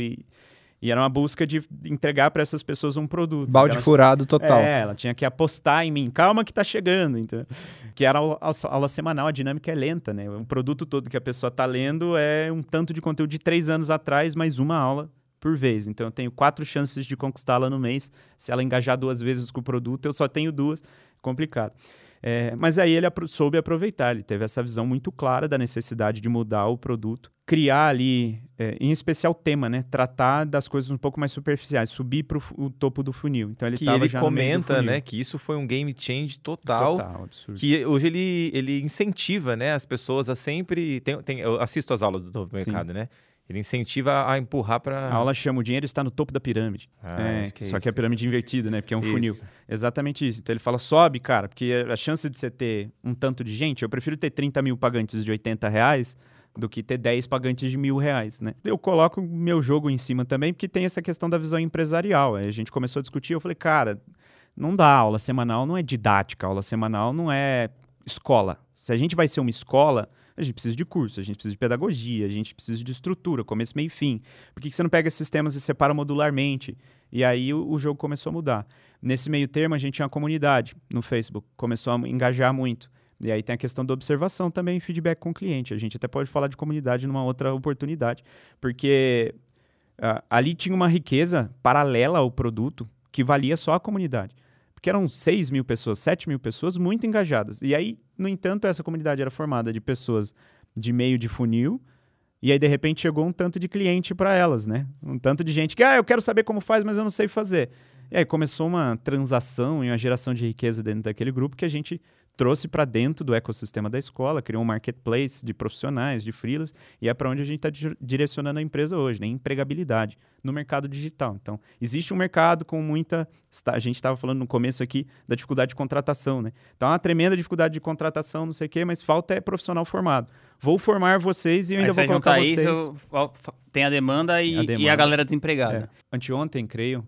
e era uma busca de entregar para essas pessoas um produto. Balde furado total. Ela tinha que apostar em mim. Calma que tá chegando. Então, que era a aula semanal, a dinâmica é lenta, né? O produto todo que a pessoa tá lendo é um tanto de conteúdo de 3 anos atrás, mais uma aula por vez. Então, eu tenho 4 chances de conquistá-la no mês. Se ela engajar 2 vezes com o produto, eu só tenho 2. Complicado. Mas aí ele soube aproveitar, ele teve essa visão muito clara da necessidade de mudar o produto, criar ali, em especial tema, né? Tratar das coisas um pouco mais superficiais, subir para o topo do funil. Então ele estava já no meio do comenta, funil. né, que isso foi um game change total, absurdo. que hoje ele incentiva, né, as pessoas a sempre... eu assisto as aulas do Novo Mercado, né? Ele incentiva a empurrar para... A aula chama o dinheiro está no topo da pirâmide. Só que é a pirâmide invertida, né? Porque é um funil. Exatamente isso. Então ele fala, sobe, cara, porque a chance de você ter um tanto de gente, eu prefiro ter 30 mil pagantes de R$80 do que ter 10 pagantes de R$1.000, né? Eu coloco o meu jogo em cima também, porque tem essa questão da visão empresarial. Aí a gente começou a discutir, eu falei, cara, não dá, aula semanal não é didática, aula semanal não é escola. Se a gente vai ser uma escola... A gente precisa de curso, a gente precisa de pedagogia, a gente precisa de estrutura, começo, meio e fim. Por que você não pega esses temas e separa modularmente? E aí o jogo começou a mudar. Nesse meio termo, a gente tinha uma comunidade no Facebook, começou a engajar muito. E aí tem a questão da observação também, feedback com o cliente. A gente até pode falar de comunidade numa outra oportunidade, porque ali tinha uma riqueza paralela ao produto que valia só a comunidade. Porque eram 6 mil pessoas, 7 mil pessoas muito engajadas. E aí, no entanto, essa comunidade era formada de pessoas de meio de funil, e aí, de repente, chegou um tanto de cliente para elas, né? Um tanto de gente que, eu quero saber como faz, mas eu não sei fazer. E aí começou uma transação e uma geração de riqueza dentro daquele grupo que a gente trouxe para dentro do ecossistema da escola, criou um marketplace de profissionais, de freelas, e é para onde a gente está direcionando a empresa hoje, né? Empregabilidade no mercado digital. Então, existe um mercado com muita... A gente estava falando no começo aqui da dificuldade de contratação, né? Então, uma tremenda dificuldade de contratação, não sei o quê, mas falta profissional formado. Vou formar vocês e eu ainda vou colocar vocês... Isso, tem a demanda e a galera desempregada. Anteontem, creio,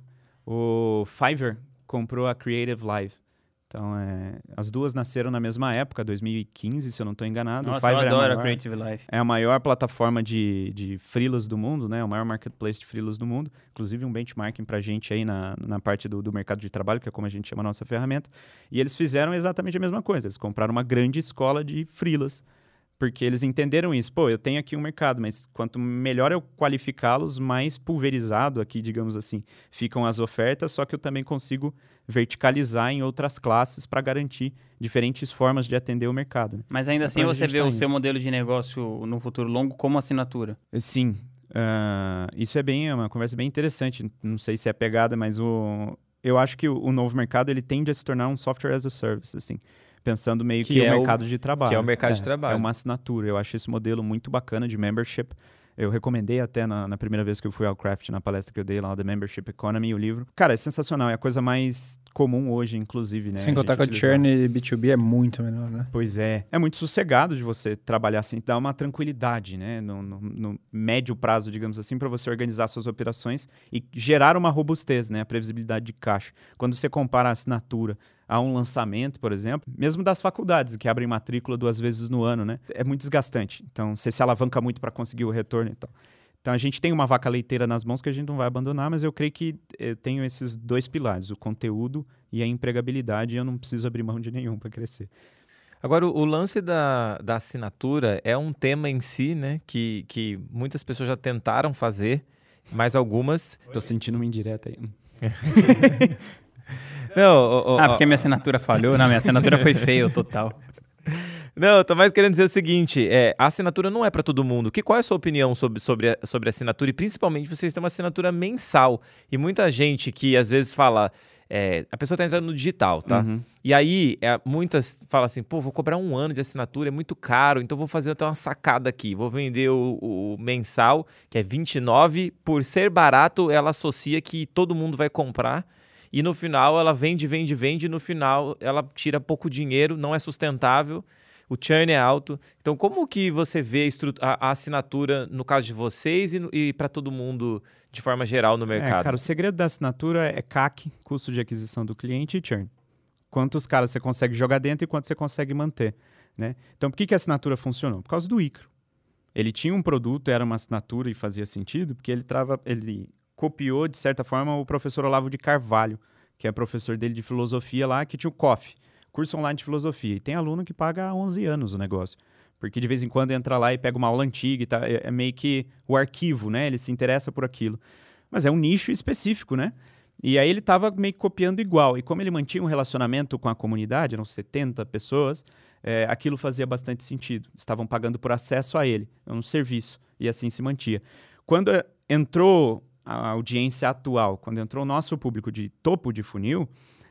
o Fiverr comprou a Creative Live. Então, as duas nasceram na mesma época, 2015, se eu não estou enganado. Nossa, eu adoro a Creative Life. É a maior plataforma de freelas do mundo, né? O maior marketplace de freelas do mundo. Inclusive um benchmarking para a gente aí na parte do mercado de trabalho, que é como a gente chama a nossa ferramenta. E eles fizeram exatamente a mesma coisa. Eles compraram uma grande escola de freelas, porque eles entenderam isso. Pô, eu tenho aqui um mercado, mas quanto melhor eu qualificá-los, mais pulverizado aqui, digamos assim, ficam as ofertas, só que eu também consigo verticalizar em outras classes para garantir diferentes formas de atender o mercado. Né? Mas ainda assim você vê o seu modelo de negócio no futuro longo como assinatura? Sim. Isso é uma conversa bem interessante. Não sei se é pegada, mas eu acho que o novo mercado ele tende a se tornar um software as a service, assim. Pensando meio que o mercado de trabalho. Que é o mercado de trabalho. É uma assinatura. Eu acho esse modelo muito bacana de membership. Eu recomendei até na primeira vez que eu fui ao Craft, na palestra que eu dei lá, The Membership Economy, o livro. Cara, é sensacional. É a coisa mais comum hoje, inclusive, né? Sem a contar gente que o utilizar. churn B2B é muito menor, né? Pois é. É muito sossegado de você trabalhar assim, dá uma tranquilidade, né? No médio prazo, digamos assim, para você organizar suas operações e gerar uma robustez, né? A previsibilidade de caixa. Quando você compara a assinatura a um lançamento, por exemplo, mesmo das faculdades, que abrem matrícula 2 vezes no ano, né? É muito desgastante. Então, você se alavanca muito para conseguir o retorno e tal. Então, a gente tem uma vaca leiteira nas mãos que a gente não vai abandonar, mas eu creio que eu tenho esses 2 pilares, o conteúdo e a empregabilidade, e eu não preciso abrir mão de nenhum para crescer. Agora, o lance da assinatura é um tema em si, né? Que muitas pessoas já tentaram fazer, mas algumas... Tô sentindo uma indireta aí. Não, Porque minha assinatura falhou? Não, minha assinatura foi feia, total. Não, eu tô mais querendo dizer o seguinte, a assinatura não é para todo mundo. Qual é a sua opinião sobre a assinatura? E principalmente vocês têm uma assinatura mensal. E muita gente que às vezes fala, a pessoa tá entrando no digital, tá? Uhum. E aí, muitas falam assim, pô, vou cobrar 1 ano de assinatura, é muito caro, então vou fazer até uma sacada aqui. Vou vender o mensal, que é R$29, por ser barato, ela associa que todo mundo vai comprar. E no final ela vende, e no final ela tira pouco dinheiro, não é sustentável, o churn é alto. Então como que você vê a assinatura no caso de vocês e para todo mundo de forma geral no mercado? Cara, o segredo da assinatura é CAC, custo de aquisição do cliente, e churn. Quantos caras você consegue jogar dentro e quanto você consegue manter, né? Então por que a assinatura funcionou? Por causa do Ícaro. Ele tinha um produto, era uma assinatura e fazia sentido, porque ele copiou, de certa forma, o professor Olavo de Carvalho, que é professor dele de filosofia lá, que tinha o COF, curso online de filosofia. E tem aluno que paga há 11 anos o negócio, porque de vez em quando entra lá e pega uma aula antiga e tá, é meio que o arquivo, né? Ele se interessa por aquilo. Mas é um nicho específico, né? E aí ele estava meio que copiando igual. E como ele mantinha um relacionamento com a comunidade, eram 70 pessoas, aquilo fazia bastante sentido. Estavam pagando por acesso a ele, um serviço, e assim se mantia. Quando entrou a audiência atual, quando entrou o nosso público de topo de funil,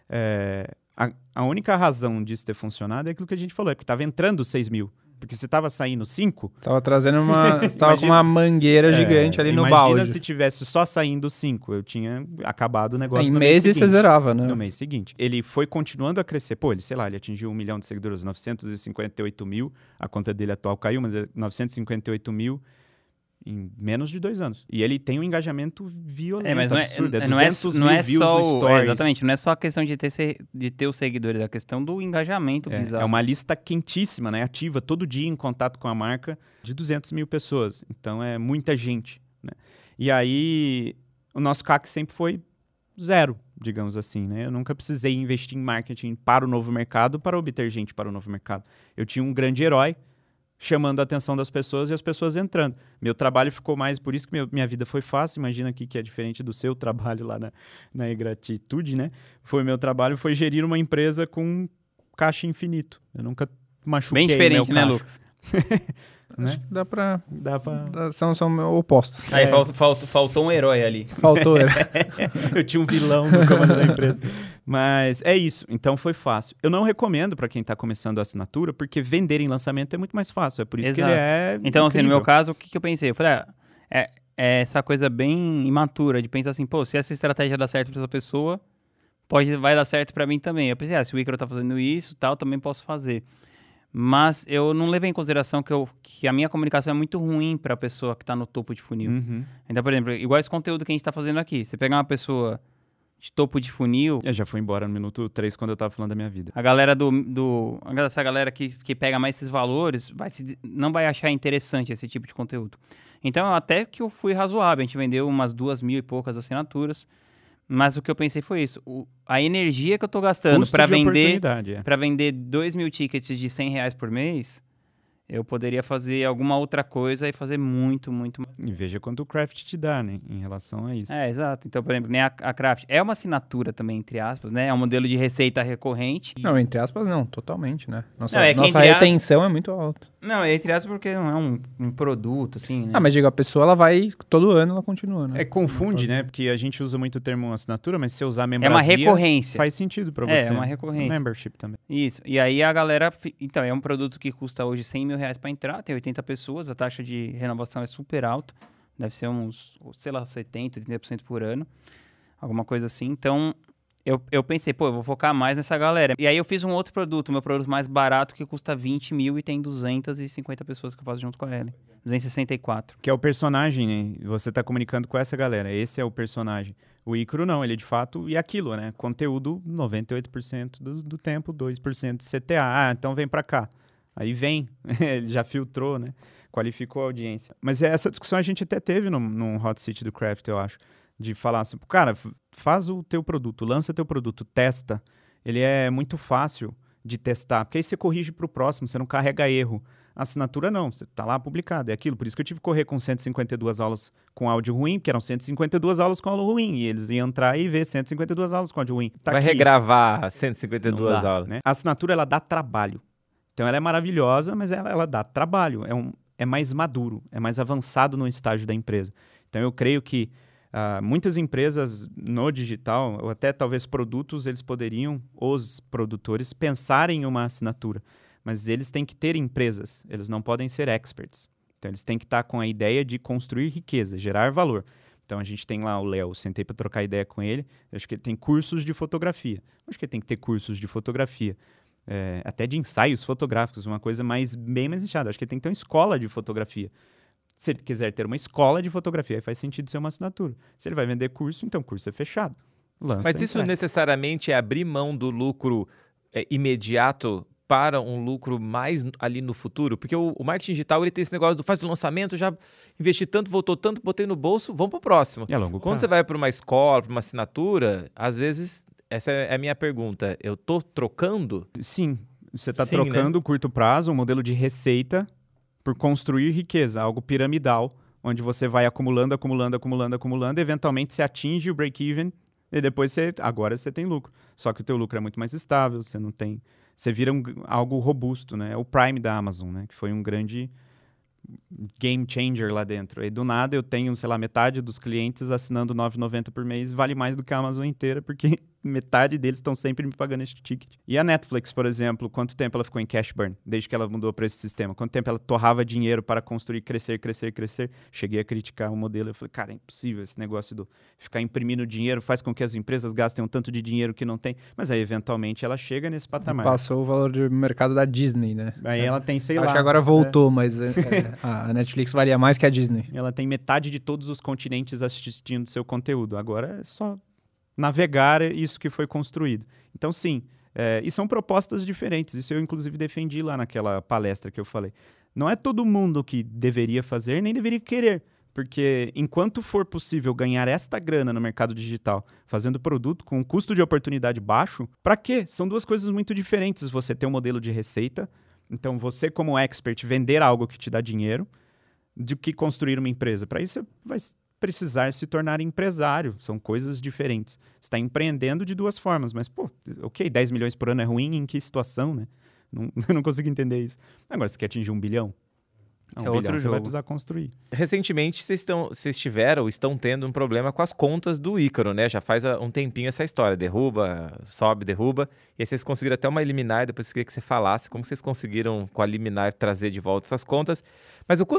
a única razão disso ter funcionado é aquilo que a gente falou, é porque estava entrando 6 mil. Porque se estava saindo 5... Tava trazendo tava com uma mangueira gigante ali no balde. Imagina se tivesse só saindo 5. Eu tinha acabado o negócio Em no mês meses seguinte. você zerava, né? No mês seguinte. Ele foi continuando a crescer. Pô, ele atingiu 1 milhão de seguidores, 958 mil. A conta dele atual caiu, mas é 958 mil em menos de 2 anos. E ele tem um engajamento violento, mas absurdo. não é 200 não mil é views só no Stories. exatamente, não é só a questão de ter os seguidores, é a questão do engajamento bizarro. É uma lista quentíssima, né? Ativa, todo dia em contato com a marca, de 200 mil pessoas. Então, é muita gente, né? E aí, o nosso CAC sempre foi 0, digamos assim, né? Eu nunca precisei investir em marketing para o novo mercado para obter gente para o novo mercado. Eu tinha um grande herói chamando a atenção das pessoas e as pessoas entrando. Meu trabalho ficou mais... Por isso que minha vida foi fácil. Imagina aqui que é diferente do seu trabalho lá na Ingratitude, né? Meu trabalho foi gerir uma empresa com caixa infinito. Eu nunca machuquei bem diferente, meu né, caixa. Lucas? Acho que dá pra... São opostos. Aí faltou um herói ali. Faltou. Eu tinha um vilão no comando da empresa. Mas é isso. Então foi fácil. Eu não recomendo para quem está começando a assinatura, porque vender em lançamento é muito mais fácil. É por isso que ele é Então, assim, no incrível. meu caso, o que eu pensei? Eu falei, é essa coisa bem imatura de pensar assim, pô, se essa estratégia dá certo para essa pessoa, vai dar certo para mim também. Eu pensei, se o Ícaro tá fazendo isso, tal, também posso fazer. Mas eu não levei em consideração que a minha comunicação é muito ruim para a pessoa que está no topo de funil. Uhum. Então, por exemplo, igual esse conteúdo que a gente está fazendo aqui. Você pegar uma pessoa de topo de funil... Eu já fui embora no minuto 3 quando eu tava falando da minha vida. A galera essa galera que pega mais esses valores não vai achar interessante esse tipo de conteúdo. Então, até que eu fui razoável. A gente vendeu umas 2.000 e poucas assinaturas. Mas o que eu pensei foi isso. A energia que eu tô gastando para vender 2.000 tickets de R$100 por mês, eu poderia fazer alguma outra coisa e fazer muito, muito mais. E veja quanto o Craft te dá, né? Em relação a isso. Exato. Então, por exemplo, nem a Craft é uma assinatura também, entre aspas, né? É um modelo de receita recorrente. Não, entre aspas não, totalmente, né? Nossa nossa retenção é muito alta. Não, entre aspas porque não é um produto, assim, né? Mas digo, a pessoa, ela vai, todo ano ela continua, né? Confunde, né? Porque a gente usa muito o termo assinatura, mas se você usar membrasia... É uma recorrência. Faz sentido pra você. É uma recorrência. Membership também. Isso. E aí a galera... Então, é um produto que custa hoje R$100 mil pra entrar, tem 80 pessoas, a taxa de renovação é super alta, deve ser uns, sei lá, 70%, 30% por ano, alguma coisa assim. Então, eu pensei, pô, eu vou focar mais nessa galera. E aí eu fiz um outro produto, meu produto mais barato, que custa 20 mil e tem 250 pessoas que eu faço junto com a Ellen. 264. Que é o personagem, né? Você tá comunicando com essa galera. Esse é o personagem. O Ícaro não, ele de fato, e aquilo, né? Conteúdo 98% do tempo, 2% de CTA. Ah, então vem pra cá. Aí vem, ele já filtrou, né? Qualificou a audiência. Mas essa discussão a gente até teve num Hot Seat do Craft, eu acho. De falar assim, cara, faz o teu produto, lança teu produto, testa. Ele é muito fácil de testar, porque aí você corrige pro próximo, você não carrega erro. A assinatura não, você tá lá publicado, é aquilo. Por isso que eu tive que correr com 152 aulas com áudio ruim, porque eram 152 aulas com áudio ruim, e eles iam entrar e ver 152 aulas com áudio ruim. Tá Vai aqui. regravar 152 Dá, aulas. né? A assinatura, ela dá trabalho. Então ela é maravilhosa, mas ela dá trabalho. É mais maduro, é mais avançado no estágio da empresa. Então eu creio que muitas empresas no digital, ou até talvez produtos, eles poderiam, os produtores, pensarem em uma assinatura. Mas eles têm que ter empresas, eles não podem ser experts. Então eles têm que estar com a ideia de construir riqueza, gerar valor. Então a gente tem lá o Léo, sentei para trocar ideia com ele, acho que ele tem cursos de fotografia. Acho que ele tem que ter cursos de fotografia. Até de ensaios fotográficos, uma coisa bem mais inchada. Acho que ele tem que ter uma escola de fotografia. Se ele quiser ter uma escola de fotografia, aí faz sentido ser uma assinatura. Se ele vai vender curso, então o curso é fechado. Mas isso necessariamente é abrir mão do lucro imediato para um lucro mais ali no futuro? Porque o marketing digital ele tem esse negócio do faz o lançamento, já investi tanto, voltou tanto, botei no bolso, vamos para o próximo. É longo prazo. Quando você vai para uma escola, para uma assinatura, às vezes, essa é a minha pergunta, eu estou trocando? Sim, você está Sim, trocando né? curto prazo, um modelo de receita por construir riqueza, algo piramidal, onde você vai acumulando, e eventualmente você atinge o break-even e depois agora você tem lucro. Só que o teu lucro é muito mais estável, você não tem... Você vira algo robusto, né? É o Prime da Amazon, né? Que foi um grande game changer lá dentro. Aí do nada eu tenho, sei lá, metade dos clientes assinando R$ 9,90 por mês, vale mais do que a Amazon inteira, porque metade deles estão sempre me pagando este ticket. E a Netflix, por exemplo, quanto tempo ela ficou em cash burn, desde que ela mudou para esse sistema? Quanto tempo ela torrava dinheiro para construir, crescer? Cheguei a criticar o modelo, eu falei, cara, é impossível esse negócio do ficar imprimindo dinheiro, faz com que as empresas gastem um tanto de dinheiro que não tem, mas aí eventualmente ela chega nesse patamar. Passou o valor de mercado da Disney, né? Aí ela tem, sei lá... Acho que agora voltou, mas a Netflix valia mais que a Disney. Ela tem metade de todos os continentes assistindo seu conteúdo. Agora é só navegar isso que foi construído. Então, sim, e são propostas diferentes. Isso eu, inclusive, defendi lá naquela palestra que eu falei. Não é todo mundo que deveria fazer, nem deveria querer. Porque enquanto for possível ganhar esta grana no mercado digital, fazendo produto com um custo de oportunidade baixo, para quê? São duas coisas muito diferentes. Você ter um modelo de receita, então você como expert vender algo que te dá dinheiro, de que construir uma empresa. Para isso, você vai precisar se tornar empresário. São coisas diferentes. Você está empreendendo de duas formas, mas, pô, ok, 10 milhões por ano é ruim, em que situação, né? Eu não consigo entender isso. Agora, você quer atingir 1 bilhão? Não, Outro você jogo. vai precisar construir. Recentemente, vocês tiveram ou estão tendo um problema com as contas do Ícaro, né? Já faz um tempinho essa história. Derruba, sobe, derruba. E aí vocês conseguiram até uma liminar, depois eu queria que você falasse como vocês conseguiram, com a liminar, trazer de volta essas contas. Mas o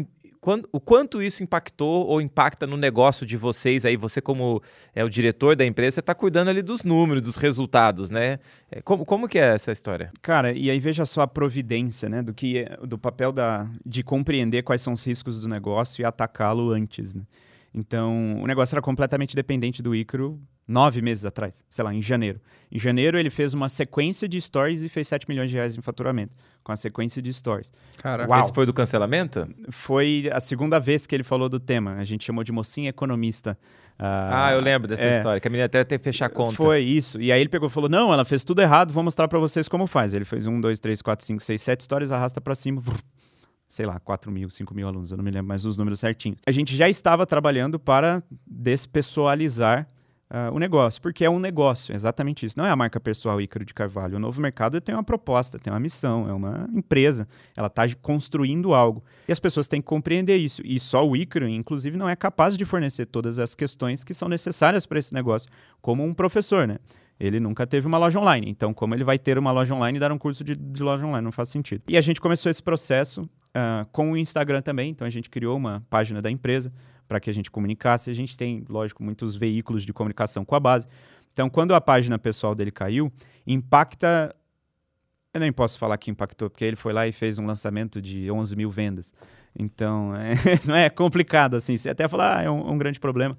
quanto isso impactou ou impacta no negócio de vocês aí, você como o diretor da empresa, você está cuidando ali dos números, dos resultados, né? Como que é essa história? Cara, e aí veja só a providência, né? Do papel de compreender quais são os riscos do negócio e atacá-lo antes, né? Então, o negócio era completamente dependente do Ícaro 9 meses atrás, sei lá, em janeiro. Em janeiro, ele fez uma sequência de stories e fez 7 milhões de reais em faturamento, com a sequência de stories. Caraca. Esse foi do cancelamento? Foi a segunda vez que ele falou do tema. A gente chamou de mocinha economista. Eu lembro dessa história, que a menina até teve que fechar a conta. Foi isso. E aí ele pegou e falou, não, ela fez tudo errado, vou mostrar pra vocês como faz. Ele fez 1, 2, 3, 4, 5, 6, 7 stories, arrasta pra cima, sei lá, 4 mil, 5 mil alunos, eu não me lembro mais os números certinhos. A gente já estava trabalhando para despessoalizar o negócio, porque é um negócio, exatamente isso. Não é a marca pessoal Ícaro de Carvalho. O novo mercado tem uma proposta, tem uma missão, é uma empresa. Ela está construindo algo. E as pessoas têm que compreender isso. E só o Ícaro, inclusive, não é capaz de fornecer todas as questões que são necessárias para esse negócio, como um professor, né? Ele nunca teve uma loja online. Então, como ele vai ter uma loja online e dar um curso de loja online? Não faz sentido. E a gente começou esse processo com o Instagram também. Então, a gente criou uma página da empresa para que a gente comunicasse. A gente tem, lógico, muitos veículos de comunicação com a base. Então, quando a página pessoal dele caiu, impacta... Eu nem posso falar que impactou, porque ele foi lá e fez um lançamento de 11 mil vendas. Então, não é complicado assim. Você até falar, é um grande problema.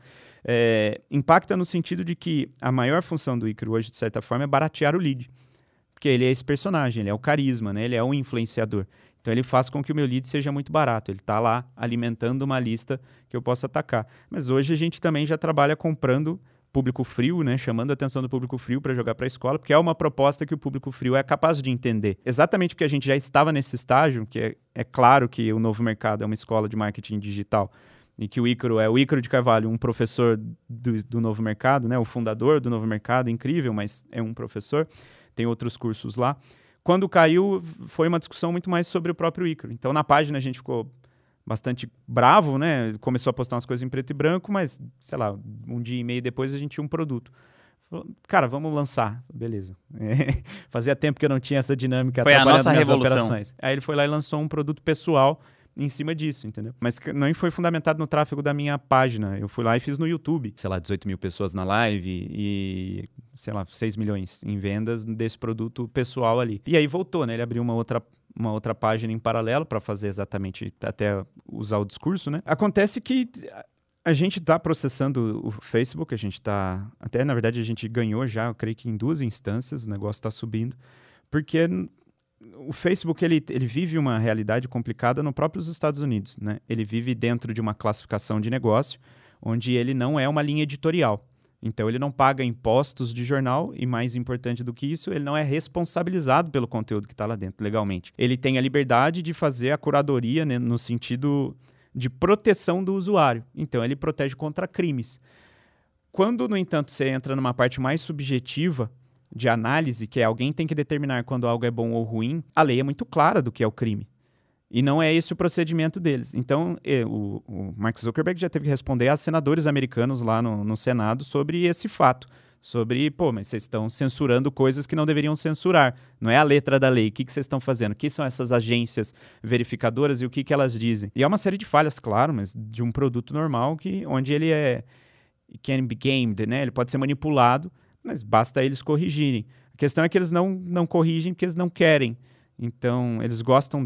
Impacta no sentido de que a maior função do Ícaro hoje, de certa forma, é baratear o lead. Porque ele é esse personagem, ele é o carisma, né? Ele é um influenciador. Então, ele faz com que o meu lead seja muito barato. Ele está lá alimentando uma lista que eu possa atacar. Mas hoje a gente também já trabalha comprando público frio, né? Chamando a atenção do público frio para jogar para a escola, porque é uma proposta que o público frio é capaz de entender. Exatamente porque a gente já estava nesse estágio, que é claro que o Novo Mercado é uma escola de marketing digital e que o Ícaro é o Ícaro de Carvalho, um professor do Novo Mercado, né? O fundador do Novo Mercado, incrível, mas é um professor. Tem outros cursos lá. Quando caiu, foi uma discussão muito mais sobre o próprio Ícaro. Então, na página a gente ficou bastante bravo, né? Começou a postar umas coisas em preto e branco, mas, sei lá, um dia e meio depois a gente tinha um produto. Falou, cara, vamos lançar. Beleza. Fazia tempo que eu não tinha essa dinâmica trabalhando nas operações. Aí ele foi lá e lançou um produto pessoal em cima disso, entendeu? Mas não foi fundamentado no tráfego da minha página. Eu fui lá e fiz no YouTube. Sei lá, 18 mil pessoas na live e, sei lá, 6 milhões em vendas desse produto pessoal ali. E aí voltou, né? Ele abriu uma outra página em paralelo para fazer exatamente, até usar o discurso, né? Acontece que a gente está processando o Facebook, a gente está... Até, na verdade, a gente ganhou já, eu creio que em 2 instâncias, o negócio está subindo, porque o Facebook, ele vive uma realidade complicada no próprios Estados Unidos, né? Ele vive dentro de uma classificação de negócio, onde ele não é uma linha editorial. Então, ele não paga impostos de jornal e, mais importante do que isso, ele não é responsabilizado pelo conteúdo que está lá dentro, legalmente. Ele tem a liberdade de fazer a curadoria, né, no sentido de proteção do usuário. Então, ele protege contra crimes. Quando, no entanto, você entra numa parte mais subjetiva de análise, que é alguém tem que determinar quando algo é bom ou ruim, a lei é muito clara do que é o crime. E não é esse o procedimento deles. Então, o Mark Zuckerberg já teve que responder a senadores americanos lá no Senado sobre esse fato. Sobre, mas vocês estão censurando coisas que não deveriam censurar. Não é a letra da lei. O que vocês estão fazendo? O que são essas agências verificadoras e o que elas dizem? E há uma série de falhas, claro, mas de um produto normal onde ele can be gamed, né? Ele pode ser manipulado, mas basta eles corrigirem. A questão é que eles não corrigem porque eles não querem. Então, eles gostam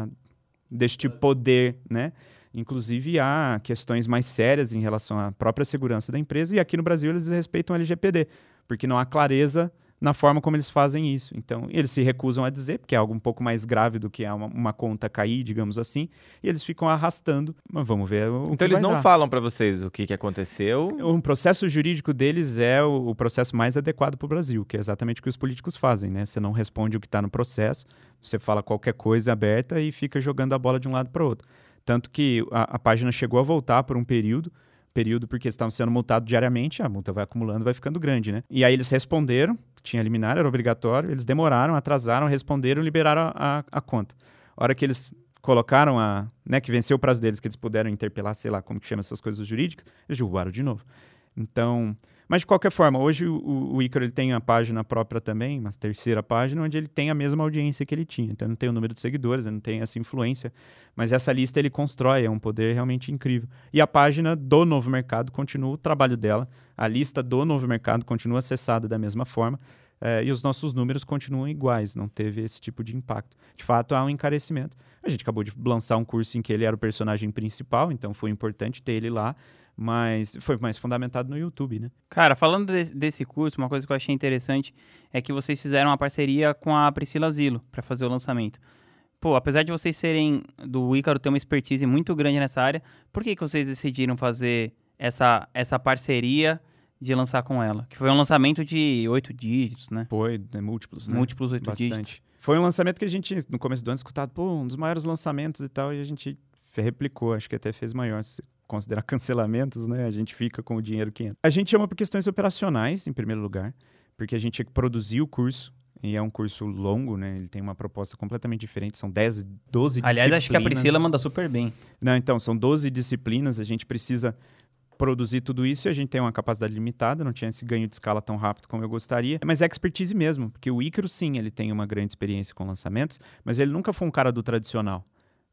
deste poder, né? Inclusive, há questões mais sérias em relação à própria segurança da empresa, e aqui no Brasil eles respeitam o LGPD, porque não há clareza na forma como eles fazem isso. Então, eles se recusam a dizer, porque é algo um pouco mais grave do que uma conta cair, digamos assim, e eles ficam arrastando, mas vamos ver o que Então, eles vai não dar. falam para vocês o que aconteceu? O processo jurídico deles é o processo mais adequado para o Brasil, que é exatamente o que os políticos fazem, né? Você não responde o que está no processo, você fala qualquer coisa aberta e fica jogando a bola de um lado para o outro. Tanto que a página chegou a voltar por um período porque eles estavam sendo multados diariamente, a multa vai acumulando, vai ficando grande, né? E aí eles responderam, tinha liminar, era obrigatório, eles demoraram, atrasaram, responderam, liberaram a conta. A hora que eles colocaram que venceu o prazo deles, que eles puderam interpelar, sei lá como que chama essas coisas jurídicas, eles derrubaram de novo. Então, mas de qualquer forma, hoje o Ícaro ele tem a página própria também, uma terceira página, onde ele tem a mesma audiência que ele tinha. Então, ele não tem o número de seguidores, ele não tem essa influência, mas essa lista ele constrói, é um poder realmente incrível. E a página do Novo Mercado continua o trabalho dela, a lista do Novo Mercado continua acessada da mesma forma, e os nossos números continuam iguais, não teve esse tipo de impacto. De fato, há um encarecimento. A gente acabou de lançar um curso em que ele era o personagem principal, então foi importante ter ele lá, mas foi mais fundamentado no YouTube, né? Cara, falando desse curso, uma coisa que eu achei interessante é que vocês fizeram uma parceria com a Priscila Zilo para fazer o lançamento. Pô, apesar de vocês serem do Ícaro ter uma expertise muito grande nessa área, por que vocês decidiram fazer essa parceria de lançar com ela? Que foi um lançamento de 8 dígitos, né? Foi, múltiplos, né? Múltiplos 8 Bastante. dígitos. Foi um lançamento que a gente, no começo do ano, escutado, um dos maiores lançamentos e tal, e a gente replicou, acho que até fez maior. Se considerar cancelamentos, né? A gente fica com o dinheiro que entra. A gente chama por questões operacionais, em primeiro lugar, porque a gente tinha que produzir o curso, e é um curso longo, né? Ele tem uma proposta completamente diferente, são 12 disciplinas. Aliás, acho que a Priscila manda super bem. Não, então, são 12 disciplinas, a gente precisa produzir tudo isso e a gente tem uma capacidade limitada, não tinha esse ganho de escala tão rápido como eu gostaria, mas é expertise mesmo, porque o Ícaro, sim, ele tem uma grande experiência com lançamentos, mas ele nunca foi um cara do tradicional.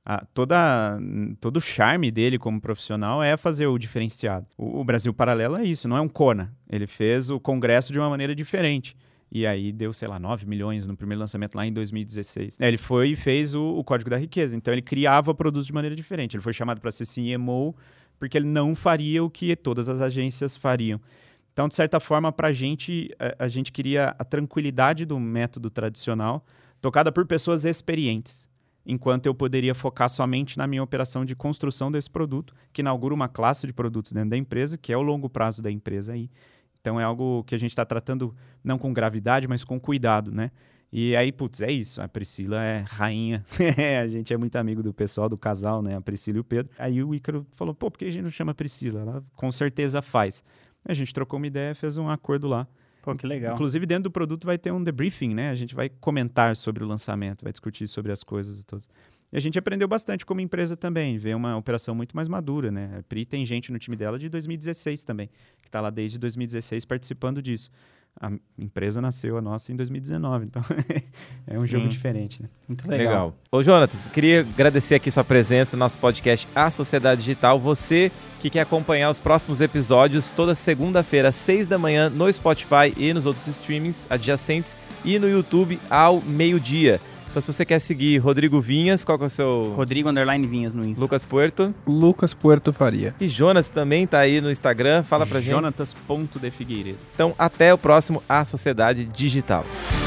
todo o charme dele como profissional é fazer o diferenciado. O Brasil Paralelo é isso, não é um Kona. Ele fez o congresso de uma maneira diferente. E aí deu, sei lá, 9 milhões no primeiro lançamento lá em 2016. Ele foi e fez o Código da Riqueza. Então ele criava produtos de maneira diferente. Ele foi chamado para ser CMO porque ele não faria o que todas as agências fariam. Então, de certa forma, para a gente queria a tranquilidade do método tradicional, tocada por pessoas experientes, enquanto eu poderia focar somente na minha operação de construção desse produto, que inaugura uma classe de produtos dentro da empresa, que é o longo prazo da empresa aí. Então, é algo que a gente está tratando não com gravidade, mas com cuidado, né? E aí, putz, é isso. A Priscila é rainha. A gente é muito amigo do pessoal, do casal, né? A Priscila e o Pedro. Aí o Ícaro falou, pô, por que a gente não chama a Priscila? Ela com certeza faz. A gente trocou uma ideia, fez um acordo lá. Pô, que legal. Inclusive, dentro do produto vai ter um debriefing, né? A gente vai comentar sobre o lançamento, vai discutir sobre as coisas e todas. E a gente aprendeu bastante como empresa também, ver uma operação muito mais madura, né? A Pri tem gente no time dela de 2016 também, que está lá desde 2016 participando disso. A empresa nasceu, a nossa, em 2019, então é um jogo diferente, né? Muito legal. Ô, Jonatas, queria agradecer aqui sua presença no nosso podcast A Sociedade Digital. Você que quer acompanhar os próximos episódios toda segunda-feira, às 6 da manhã, no Spotify e nos outros streamings adjacentes e no YouTube ao meio-dia. Então, se você quer seguir Rodrigo Vinhas, qual que é o seu... Rodrigo_Vinhas no Insta. Lucas Puerto. Lucas Puerto Faria. E Jonas também tá aí no Instagram. Fala pra gente. Jonatas.defigueiredo. Então, até o próximo A Sociedade Digital.